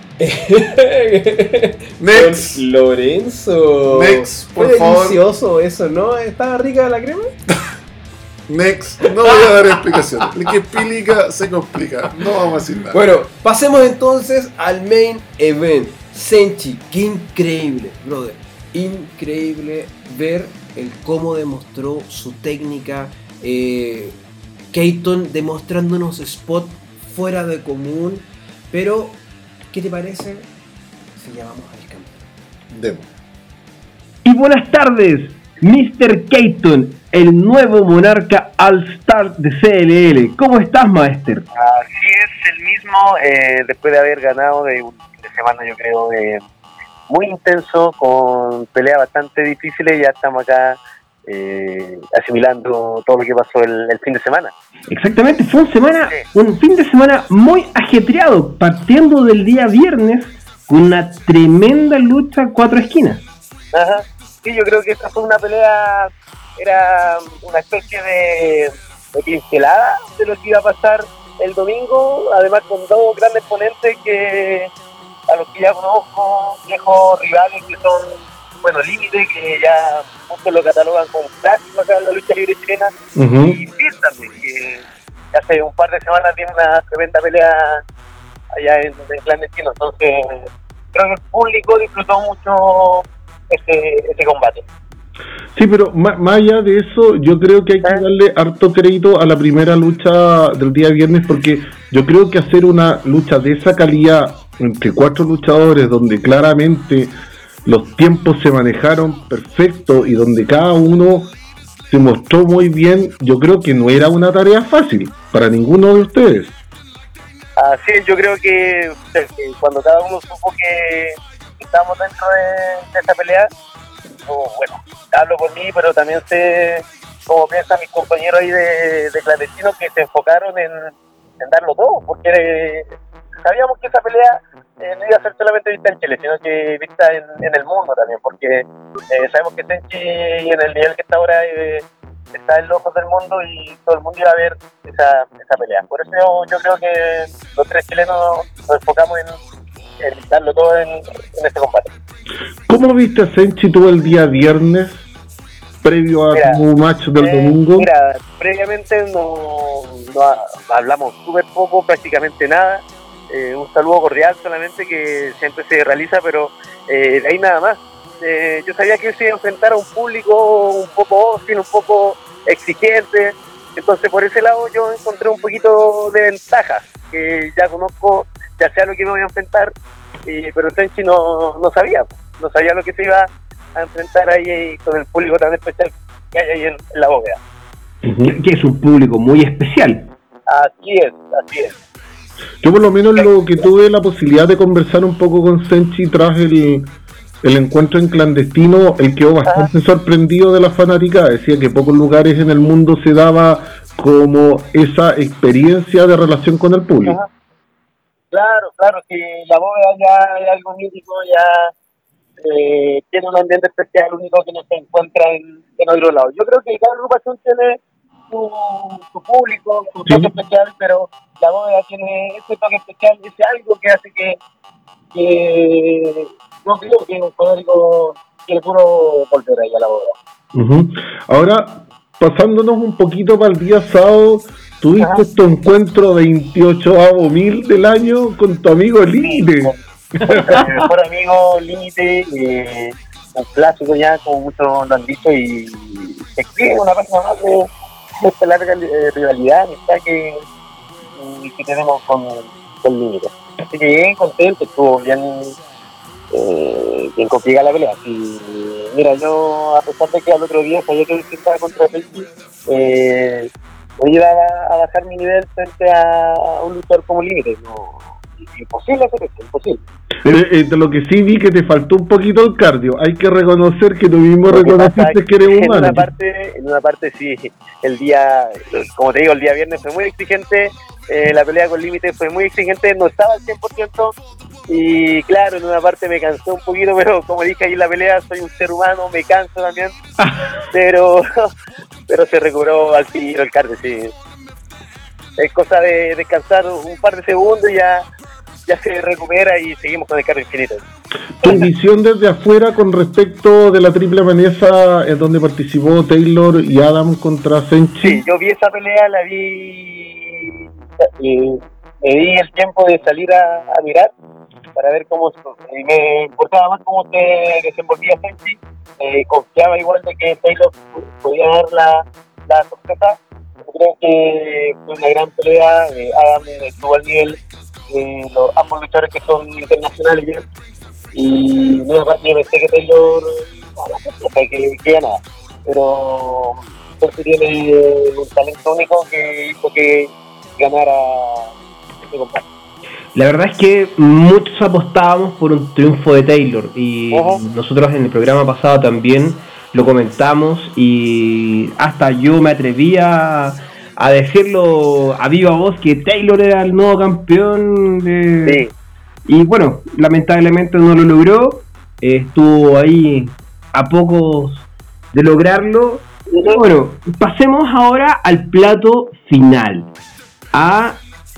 Next. Con Lorenzo. Next, por Fue favor. delicioso eso, ¿no? ¿Estaba rica la crema? Next, no voy a dar explicaciones. El que explica se complica. No vamos a decir nada. Bueno, pasemos entonces al main event. Senshi, qué increíble, brother. Increíble ver el cómo demostró su técnica. Eh, Keaton demostrando unos spots fuera de común. Pero, ¿qué te parece si llamamos al campeón? Demo. Y buenas tardes, mister Keaton, el nuevo monarca All-Star de C L L. ¿Cómo estás, Maester? Así es, el mismo, eh, después de haber ganado de un fin de semana, yo creo, eh, muy intenso, con peleas bastante difíciles. Ya estamos acá eh, asimilando todo lo que pasó el, el fin de semana. Exactamente, fue un, semana, Sí. un fin de semana muy ajetreado, partiendo del día viernes con una tremenda lucha a cuatro esquinas. Ajá. Sí, yo creo que esta fue una pelea, era una especie de, de pincelada de lo que iba a pasar el domingo, además con dos grandes ponentes que a los que ya conozco, viejos rivales que son, bueno, Límite, que ya muchos lo catalogan como clásico acá en la lucha libre chilena, Uh-huh. y Fierce también, que hace un par de semanas tiene una tremenda pelea allá en, en clandestino. Entonces creo que el público disfrutó mucho ese, ese combate. Sí, pero más, más allá de eso, yo creo que hay que darle harto crédito a la primera lucha del día viernes, porque yo creo que hacer una lucha de esa calidad entre cuatro luchadores, donde claramente los tiempos se manejaron perfecto y donde cada uno se mostró muy bien, yo creo que no era una tarea fácil para ninguno de ustedes. Así es, yo creo que, que cuando cada uno supo que estábamos dentro de, de esta pelea, o, bueno, hablo por mí, pero también sé cómo piensan mis compañeros ahí de, de clandestinos, que se enfocaron en, en darlo todo, porque eh, sabíamos que esa pelea eh, no iba a ser solamente vista en Chile, sino que vista en, en el mundo también, porque eh, sabemos que Senshi, en el nivel que está ahora, eh, está en los ojos del mundo y todo el mundo iba a ver esa, esa pelea. Por eso yo, yo creo que los tres chilenos nos enfocamos en, en darlo todo en, en este combate. ¿Cómo viste a Senshi tú el día viernes, previo a Mira, tu match del eh, domingo? Mira, previamente no, no ha- hablamos súper poco, prácticamente nada. Eh, un saludo cordial solamente que siempre se realiza, pero eh, de ahí nada más. Eh, yo sabía que él se iba a enfrentar a un público un poco hostil, un poco exigente, entonces por ese lado yo encontré un poquito de ventaja, que ya conozco, ya sé a lo que me voy a enfrentar, eh, pero Senshi no, no sabía, no sabía lo que se iba a enfrentar ahí con el público tan especial que hay ahí en, en la bóveda. Ujú. Que es un público muy especial. Así es, así es. Yo por lo menos lo que tuve la posibilidad de conversar un poco con Senshi tras el, el encuentro en clandestino, él quedó bastante sorprendido de la fanática, decía que pocos lugares en el mundo se daba como esa experiencia de relación con el público. Ajá. Claro, claro, que la bóveda ya es algo mítico, ya eh, tiene un ambiente especial, único que no se encuentra en, en otro lado. Yo creo que cada agrupación tiene su, su público, su Sí. toque especial, pero la bóveda tiene ese toque especial, ese algo que hace que, que no creo que un fanático quiere puro volver ahí a la bóveda. Ujú. Ahora, pasándonos un poquito para el día sábado, tuviste Ajá. tu encuentro veintiocho mil del año con tu amigo Límite. Mi mejor amigo, Límite, eh, un clásico ya, como muchos lo han dicho, y se escribe una página más de, esta larga eh, rivalidad que, que tenemos con, con Límite. Así que bien contento, estuvo bien, eh, bien complicada la pelea. Y mira, yo a pesar de que al otro día sabía que estaba contra Pelti, eh, no iba a, a bajar mi nivel frente a, a un luchador como Límite. No, imposible hacer esto, imposible. Eh, eh, de lo que sí vi que te faltó un poquito el cardio. Hay que reconocer que tú mismo reconociste que eres humano. En una parte, en una parte sí, el día, como te digo, el día viernes fue muy exigente, eh, la pelea con Límite fue muy exigente, no estaba al cien por ciento y claro, en una parte me cansé un poquito, pero como dije ahí en la pelea, soy un ser humano, me canso también, pero pero se recobró al tiro el cardio, sí. Es cosa de descansar un par de segundos y ya ya se recupera y seguimos con el carro infinito. Tu visión desde afuera con respecto de la triple amenaza en donde participó Taylor y Adam contra Senchi. Sí, yo vi esa pelea, la vi, eh, me di el tiempo de salir a, a mirar para ver cómo, y me importaba más cómo se desenvolvía Senchi, eh, confiaba igual de que Taylor podía dar la, la sorpresa. Yo creo que fue una gran pelea, eh, Adam estuvo al nivel. Eh, los, ambos luchadores que son internacionales ya. Y no, aparte yo pensé que Taylor no sé que, que ganaba, pero Senchi tiene un talento único que hizo que ganara este combate. La verdad es que muchos apostábamos por un triunfo de Taylor y uh-huh. nosotros en el programa pasado también lo comentamos y hasta yo me atrevía a decirlo a viva voz que Taylor era el nuevo campeón de... Sí. Y bueno, lamentablemente no lo logró, eh, estuvo ahí a pocos de lograrlo. Y bueno, pasemos ahora al plato final, a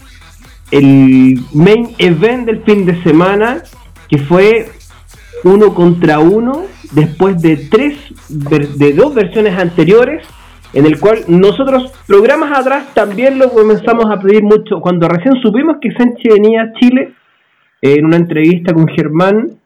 el main event del fin de semana, que fue uno contra uno después de tres de dos versiones anteriores, en el cual nosotros programas atrás también lo comenzamos a pedir mucho. Cuando recién supimos que Senchi venía a Chile, eh, en una entrevista con Germán,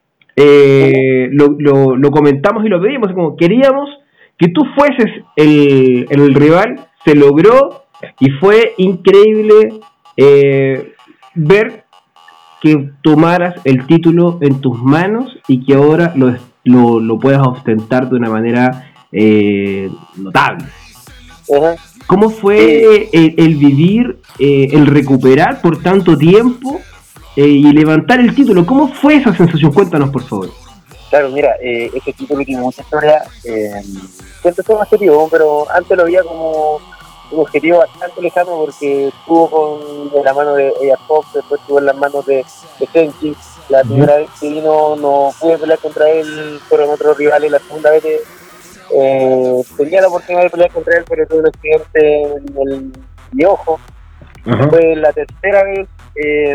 eh, lo, lo, lo comentamos y lo pedimos, como queríamos que tú fueses el, el rival. Se logró y fue increíble eh, ver que tomaras el título en tus manos y que ahora lo, lo, lo puedas ostentar de una manera Eh, notable. Uh-huh. ¿Cómo fue el, el vivir, eh, el recuperar por tanto tiempo eh, y levantar el título? ¿Cómo fue esa sensación? Cuéntanos, por favor. Claro, mira, eh, ese título tiene mucha historia. Eh, siempre fue un objetivo, pero antes lo veía como un objetivo bastante lejano porque estuvo con de la mano de A Pop, después estuvo en las manos de, de Senchi. La primera uh-huh. vez que vino no pude pelear contra él, fueron otros rivales. La segunda vez de Eh, tenía la oportunidad de pelear contra él, pero tuve un accidente en el mi ojo. Uh-huh. Fue la tercera vez. Eh,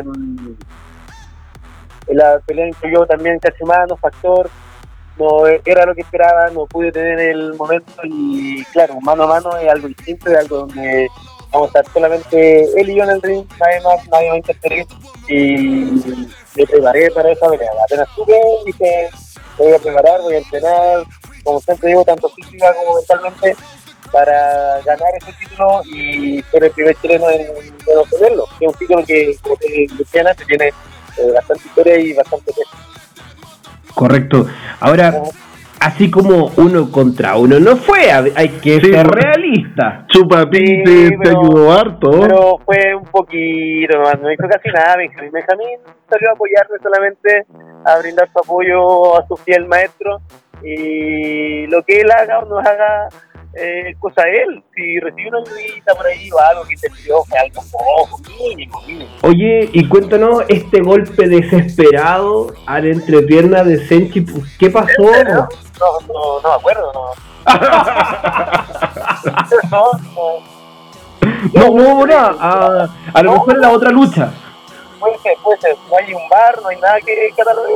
la pelea incluyó también casi mano, factor. No era lo que esperaba, no pude tener el momento. Y claro, mano a mano es algo distinto, es algo donde vamos a estar solamente él y yo en el ring, nadie más, nadie va a interferir. Y me preparé para esa pelea. Apenas supe, dije, voy a preparar, voy a entrenar. Como siempre digo, tanto física como mentalmente, para ganar ese título y ser el primer chileno en, en obtenerlo. Es un título que, como te decía antes, tiene eh, bastante historia y bastante peso. Correcto. Ahora, uh-huh. así como uno contra uno no fue, hay que sí, ser realista. Chupapín sí, te, te ayudó harto. Pero fue un poquito, no hizo casi nada. Benjamín, Benjamín salió a apoyarme solamente, a brindar su apoyo a su fiel maestro. Y lo que él haga o no haga, eh, cosa de él. Si recibe una ayudita por ahí o algo que te dio, algo poco, mínimo, mínimo. Oye, y cuéntanos este golpe desesperado a la entrepierna de Senchi, ¿qué pasó? No, no, no, no me acuerdo, no. no, no. No, no hubo nada. A, a lo no, mejor en la otra lucha. Puede ser, puede ser. No hay un bar, no hay nada que catalogue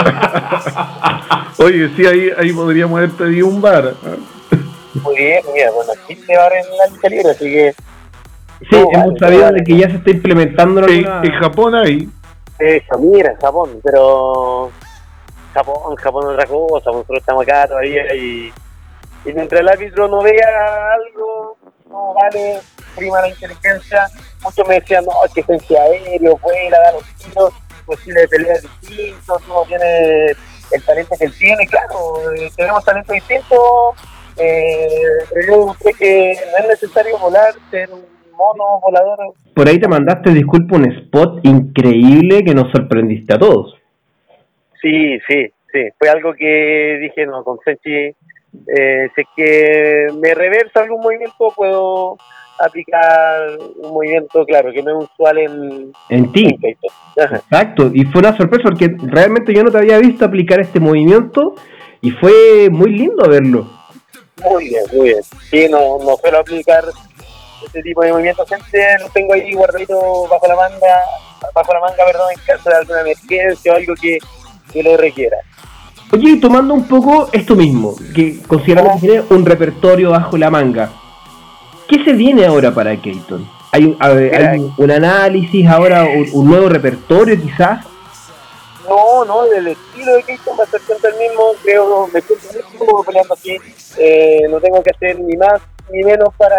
eso. Oye, sí, ahí, ahí podríamos haber pedido un bar. Muy bien, mira, bueno, existe bar en la lucha libre, así que... Sí, no, hemos vale, sabido vale. de que ya se está implementando en, alguna... en Japón ahí. Eso, mira, en Japón, pero... Japón, Japón es otra cosa, nosotros estamos acá todavía y... Y mientras el árbitro no vea algo, no vale, prima la inteligencia. Muchos me decían, no, es que Senchi aéreo, vuela, da los tiros, pues si le pelea distinto, tú no tienes el talento que él tiene, claro, eh, tenemos talento distinto, eh, pero yo creo que no es necesario volar, ser un mono volador. Por ahí te mandaste, disculpa, un spot increíble que nos sorprendiste a todos. Sí, sí, sí, fue algo que dije, no, con Senchi, eh, si es que me reversa algún movimiento, puedo aplicar un movimiento, claro, que no es usual en, en ti. En Exacto, y fue una sorpresa porque realmente yo no te había visto aplicar este movimiento y fue muy lindo verlo. Muy bien, muy bien. Sí, no, no suelo aplicar este tipo de movimientos, siempre lo tengo ahí guardadito bajo la manga, bajo la manga, perdón, en caso de alguna emergencia o algo que, que lo requiera. Oye, y tomando un poco esto mismo, que consideramos que tiene un repertorio bajo la manga, ¿qué se viene ahora para Keaton? ¿Hay un, hay un, un análisis ahora, un, un nuevo repertorio quizás? No, no, el estilo de Keaton va a ser siempre el mismo, creo, me siento muy cómodo peleando aquí, eh, no tengo que hacer ni más ni menos para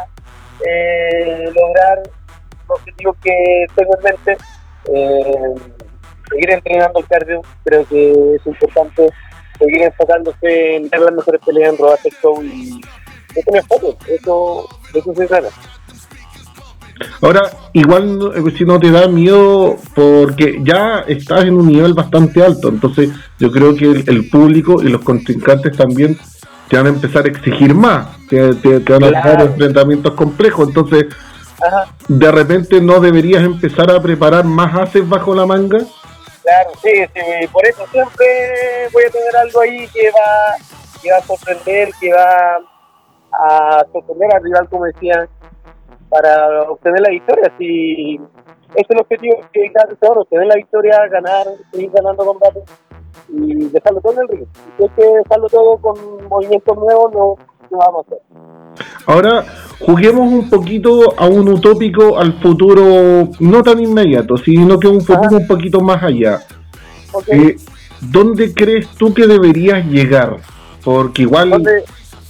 eh, lograr los objetivos que tengo en mente, eh, seguir entrenando el cardio, creo que es importante, seguir enfocándose en ver las mejores peleas, en robarse el show y eso me enfoque, eso, eso se trata. Ahora, igual si no te da miedo, porque ya estás en un nivel bastante alto, entonces yo creo que el, el público y los contrincantes también te van a empezar a exigir más, te, te, te van a dar claro. enfrentamientos complejos, entonces Ajá. de repente no deberías empezar a preparar más haces bajo la manga. Claro, sí, sí, por eso siempre voy a tener algo ahí que va, que va a sorprender, que va a sorprender al rival, como decía, para obtener la victoria. Si ese es el objetivo que cada luchador, obtener la victoria, ganar, seguir ganando combates y dejarlo todo en el ring. Si hay que dejarlo todo con movimientos nuevos, no, no vamos a hacer. Ahora, juguemos un poquito a un utópico, al futuro no tan inmediato, sino que un futuro ah. un poquito más allá. Okay. Eh, ¿Dónde crees tú que deberías llegar? Porque igual ¿Dónde?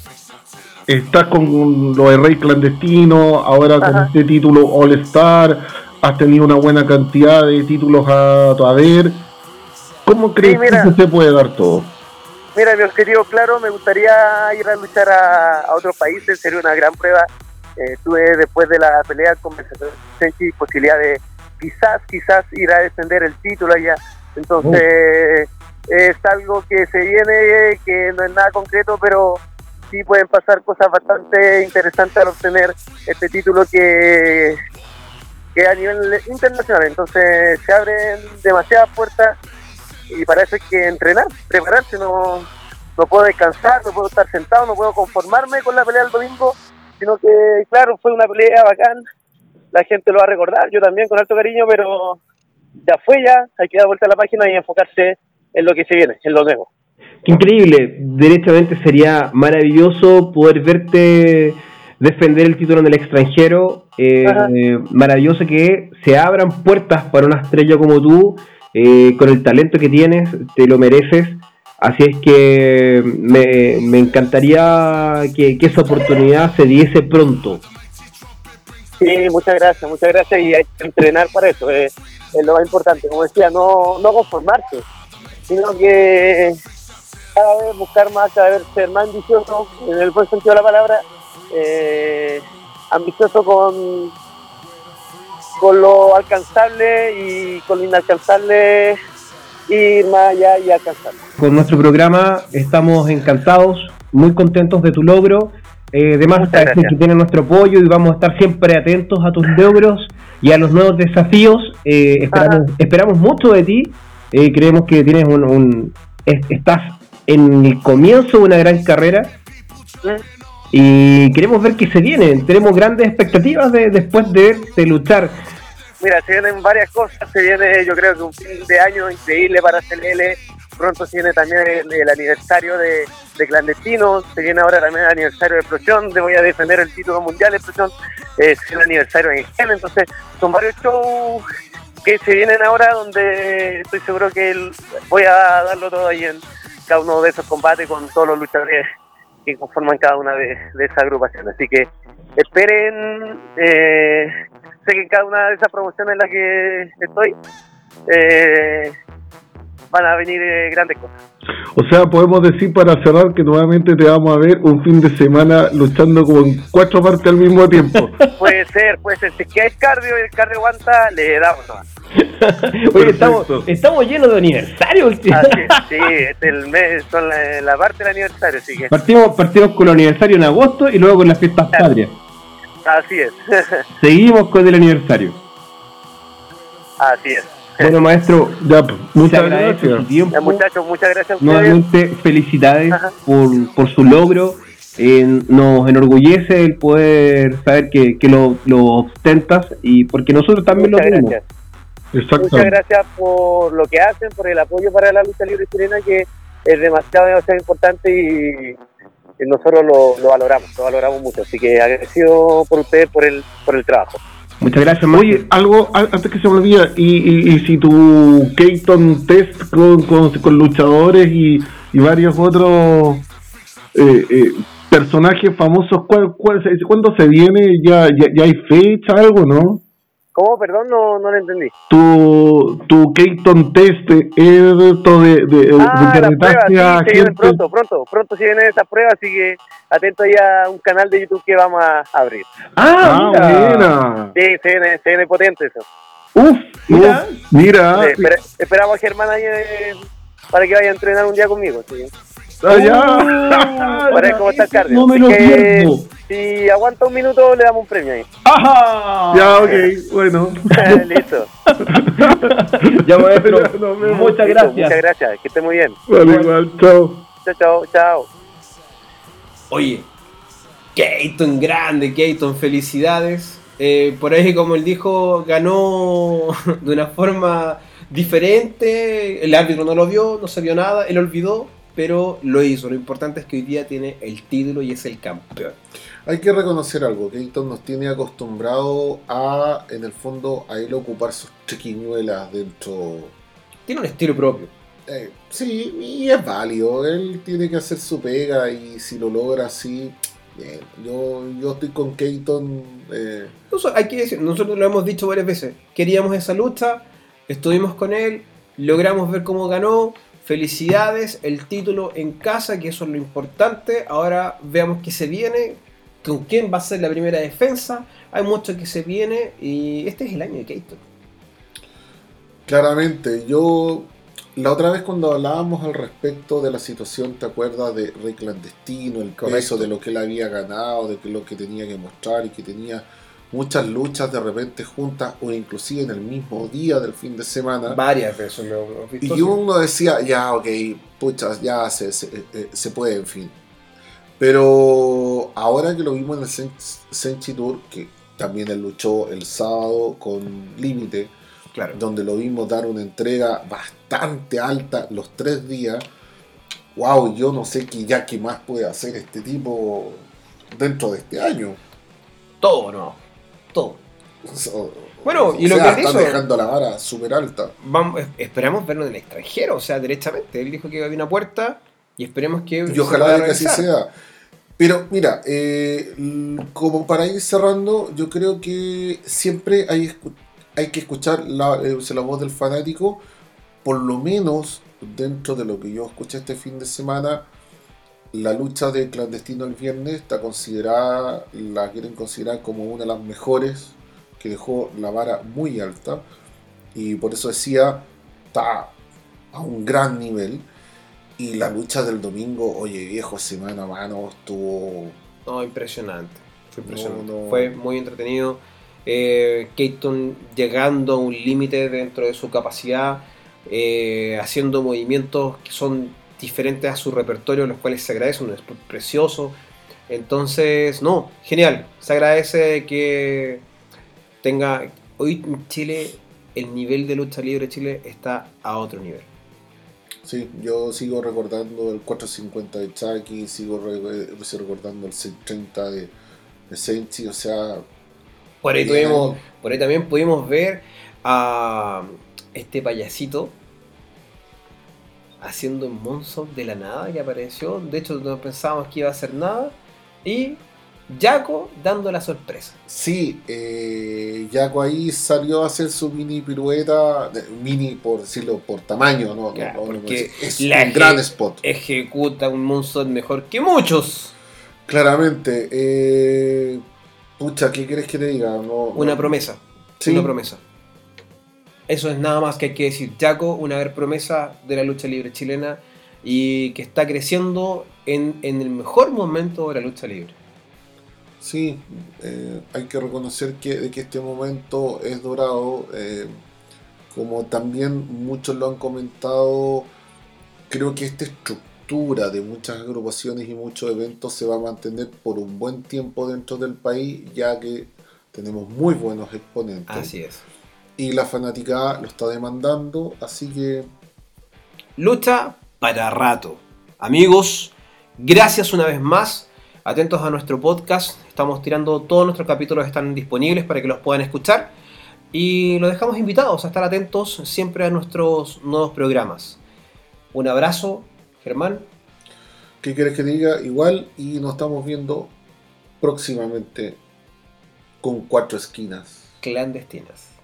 estás con lo de Rey Clandestino, ahora Ajá. con este título All Star, has tenido una buena cantidad de títulos a tu haber. ¿Cómo crees sí, que se puede dar todo? Mira, mi objetivo claro, me gustaría ir a luchar a, a otros países, sería una gran prueba. Eh, tuve después de la pelea con Senchi posibilidad de quizás, quizás ir a defender el título allá. Entonces oh. es algo que se viene, que no es nada concreto, pero sí pueden pasar cosas bastante interesantes al obtener este título que, que a nivel internacional. Entonces se abren demasiadas puertas. Y para eso hay que entrenar, prepararse, no, no puedo descansar, no puedo estar sentado, no puedo conformarme con la pelea del domingo, sino que, claro, fue una pelea bacán, la gente lo va a recordar, yo también con alto cariño, pero ya fue ya, hay que dar vuelta a la página y enfocarse en lo que se viene, en lo nuevo. Qué increíble, derechamente sería maravilloso poder verte defender el título en el extranjero, eh, eh, maravilloso que se abran puertas para una estrella como tú. Eh, con el talento que tienes, te lo mereces, así es que me, me encantaría que, que esa oportunidad se diese pronto. Sí, muchas gracias, muchas gracias y hay que entrenar para eso, eh, es lo más importante, como decía, no, no conformarse, sino que cada vez buscar más, cada vez ser más ambicioso, en el buen sentido de la palabra, eh, ambicioso con con lo alcanzable y con lo inalcanzable, ir más allá y alcanzarlo. Con nuestro programa estamos encantados, muy contentos de tu logro, eh, además que tienes nuestro apoyo y vamos a estar siempre atentos a tus logros y a los nuevos desafíos, eh, esperamos, esperamos mucho de ti, eh, creemos que tienes un, un es, estás en el comienzo de una gran carrera, ¿Mm? Y queremos ver qué se viene, tenemos grandes expectativas de después de verte luchar. Mira, se vienen varias cosas, se viene yo creo que un fin de año increíble para C L L, pronto se viene también el, el aniversario de, de Clandestino, se viene ahora también el aniversario de Explosión, de voy a defender el título mundial de Explosión, es el aniversario de Engel, entonces son varios shows que se vienen ahora donde estoy seguro que el, voy a darlo todo ahí en cada uno de esos combates con todos los luchadores que conforman cada una de, de esas agrupaciones, así que esperen, eh, sé que en cada una de esas promociones en las que estoy eh, van a venir eh, grandes cosas. O sea, podemos decir para cerrar que nuevamente te vamos a ver un fin de semana luchando con cuatro partes al mismo tiempo. Puede ser, puede ser. Si es que hay cardio y el cardio aguanta, le damos nomás. Oye, estamos, estamos llenos de aniversario. Así es, sí, este el mes, son la, la parte del aniversario, así que. Partimos, partimos con el aniversario en agosto y luego con las fiestas patrias. Así es. Seguimos con el aniversario. Así es. Bueno, maestro, ya, muchas gracias. Su tiempo. Ya, muchachos, muchas gracias a ustedes. Nuevamente, felicidades por, por su logro. Eh, nos enorgullece el poder saber que, que lo, lo ostentas y porque nosotros también muchas lo tenemos. Exacto. Muchas gracias por lo que hacen, por el apoyo para la lucha libre chilena, que es demasiado, demasiado importante y, y nosotros lo, lo valoramos, lo valoramos mucho. Así que agradecido por ustedes por el, por el trabajo. Muchas gracias, Martín. Oye, algo antes que se me olvide, y, y, y si tu Keaton Test con, con, con luchadores y, y varios otros eh, eh, personajes famosos, ¿cuál, cuál, ¿cuándo se viene? ¿Ya, ya, ya hay fecha, algo, no? ¿Cómo? Perdón, no, no lo entendí. Tu, tu Keaton Test, esto de, de, ah, de las pruebas, sí, a se gente... vienen pronto, pronto, pronto se vienen esas pruebas, así que atento ahí a un canal de YouTube que vamos a abrir. Ah, mira. Buena. Sí, se viene, se viene potente eso. Uf, mira, uf, mira. Sí, espera, esperamos a Germán ahí eh, para que vaya a entrenar un día conmigo, sí. Allá. Uh, para ver cómo está el cardio. No me lo pierdo. Si aguanta un minuto, le damos un premio ahí. ¡Ajá! Ya, ok, bueno. Listo. Ya, maestro. No, no, muchas Listo, gracias. Muchas gracias, que esté muy bien. Vale, igual, chao. Chao, chao, chao. Oye, Keaton, grande, Keaton, felicidades. Eh, por ahí, como él dijo, ganó de una forma diferente. El árbitro no lo vio, no se vio nada, él olvidó, pero lo hizo. Lo importante es que hoy día tiene el título y es el campeón. Hay que reconocer algo, Keaton nos tiene acostumbrado a, en el fondo, a él ocupar sus triquiñuelas dentro. Tiene un estilo propio. Eh, sí, y es válido, él tiene que hacer su pega y si lo logra así, bien. Yo, yo estoy con Keaton. Eh. Entonces, hay que decir, nosotros lo hemos dicho varias veces, queríamos esa lucha, estuvimos con él, logramos ver cómo ganó. Felicidades, el título en casa, que eso es lo importante. Ahora veamos qué se viene, con quién va a ser la primera defensa. Hay mucho que se viene y este es el año de Keaton. Claramente, yo la otra vez cuando hablábamos al respecto de la situación, ¿te acuerdas de Rey Clandestino? El Correcto. Peso de lo que él había ganado, de lo que tenía que mostrar y que tenía muchas luchas de repente juntas o inclusive en el mismo día del fin de semana. Varias veces lo hemos visto. Y uno decía, ya, ok, pucha, ya se, se, se puede, en fin. Pero ahora que lo vimos en el Senshi Tour, que también él luchó el sábado con Límite, claro, donde lo vimos dar una entrega bastante alta los tres días. Wow, yo no sé qué ya qué más puede hacer este tipo dentro de este año. Todo, no. Todo. So, bueno, y o lo sea, que están hizo, dejando la vara súper alta. Vamos, esperamos verlo en el extranjero, o sea, derechamente. Él dijo que había una puerta y esperemos que. Y ojalá que así sea. Pero mira, eh, como para ir cerrando, yo creo que siempre hay, hay que escuchar la, eh, la voz del fanático, por lo menos dentro de lo que yo escuché este fin de semana. La lucha de Clandestino el viernes está considerada, la quieren considerar como una de las mejores, que dejó la vara muy alta, y por eso decía, está a un gran nivel. Y la lucha del domingo, oye viejo, semana a mano, estuvo... No, impresionante. Fue impresionante. No, no. Fue muy entretenido. Eh, Keaton llegando a un límite dentro de su capacidad, eh, haciendo movimientos que son diferentes a su repertorio, los cuales se agradece, un spot precioso. Entonces, no, genial. Se agradece que tenga... Hoy en Chile, el nivel de lucha libre de Chile está a otro nivel. Sí, yo sigo recordando el cuatrocientos cincuenta de Chucky, sigo re- recordando el seiscientos treinta de, de Senshi, o sea... Por ahí, tuvimos, por ahí también pudimos ver a este payasito haciendo un moonsault de la nada que apareció. De hecho, no pensábamos que iba a hacer nada. Y Jaco dando la sorpresa. Sí, eh, Jaco ahí salió a hacer su mini pirueta, mini por decirlo, por tamaño, no, claro, no, no, porque no es un gran spot. Ejecuta un moonsault mejor que muchos. Claramente, eh, pucha, ¿qué quieres que te diga? No, una no. promesa, ¿sí? Una promesa. Eso es nada más que hay que decir. Jaco, una gran promesa de la lucha libre chilena y que está creciendo en, en el mejor momento de la lucha libre. Sí, eh, hay que reconocer que, de que este momento es dorado. Eh, como también muchos lo han comentado, creo que esta estructura de muchas agrupaciones y muchos eventos se va a mantener por un buen tiempo dentro del país, ya que tenemos muy buenos exponentes. Así es. Y la fanaticada lo está demandando, así que... lucha para rato. Amigos, gracias una vez más. Atentos a nuestro podcast. Estamos tirando, todos nuestros capítulos están disponibles para que los puedan escuchar. Y los dejamos invitados a estar atentos siempre a nuestros nuevos programas. Un abrazo, Germán. ¿Qué quieres que te diga? Igual, y nos estamos viendo próximamente con Cuatro Esquinas Clandestinas.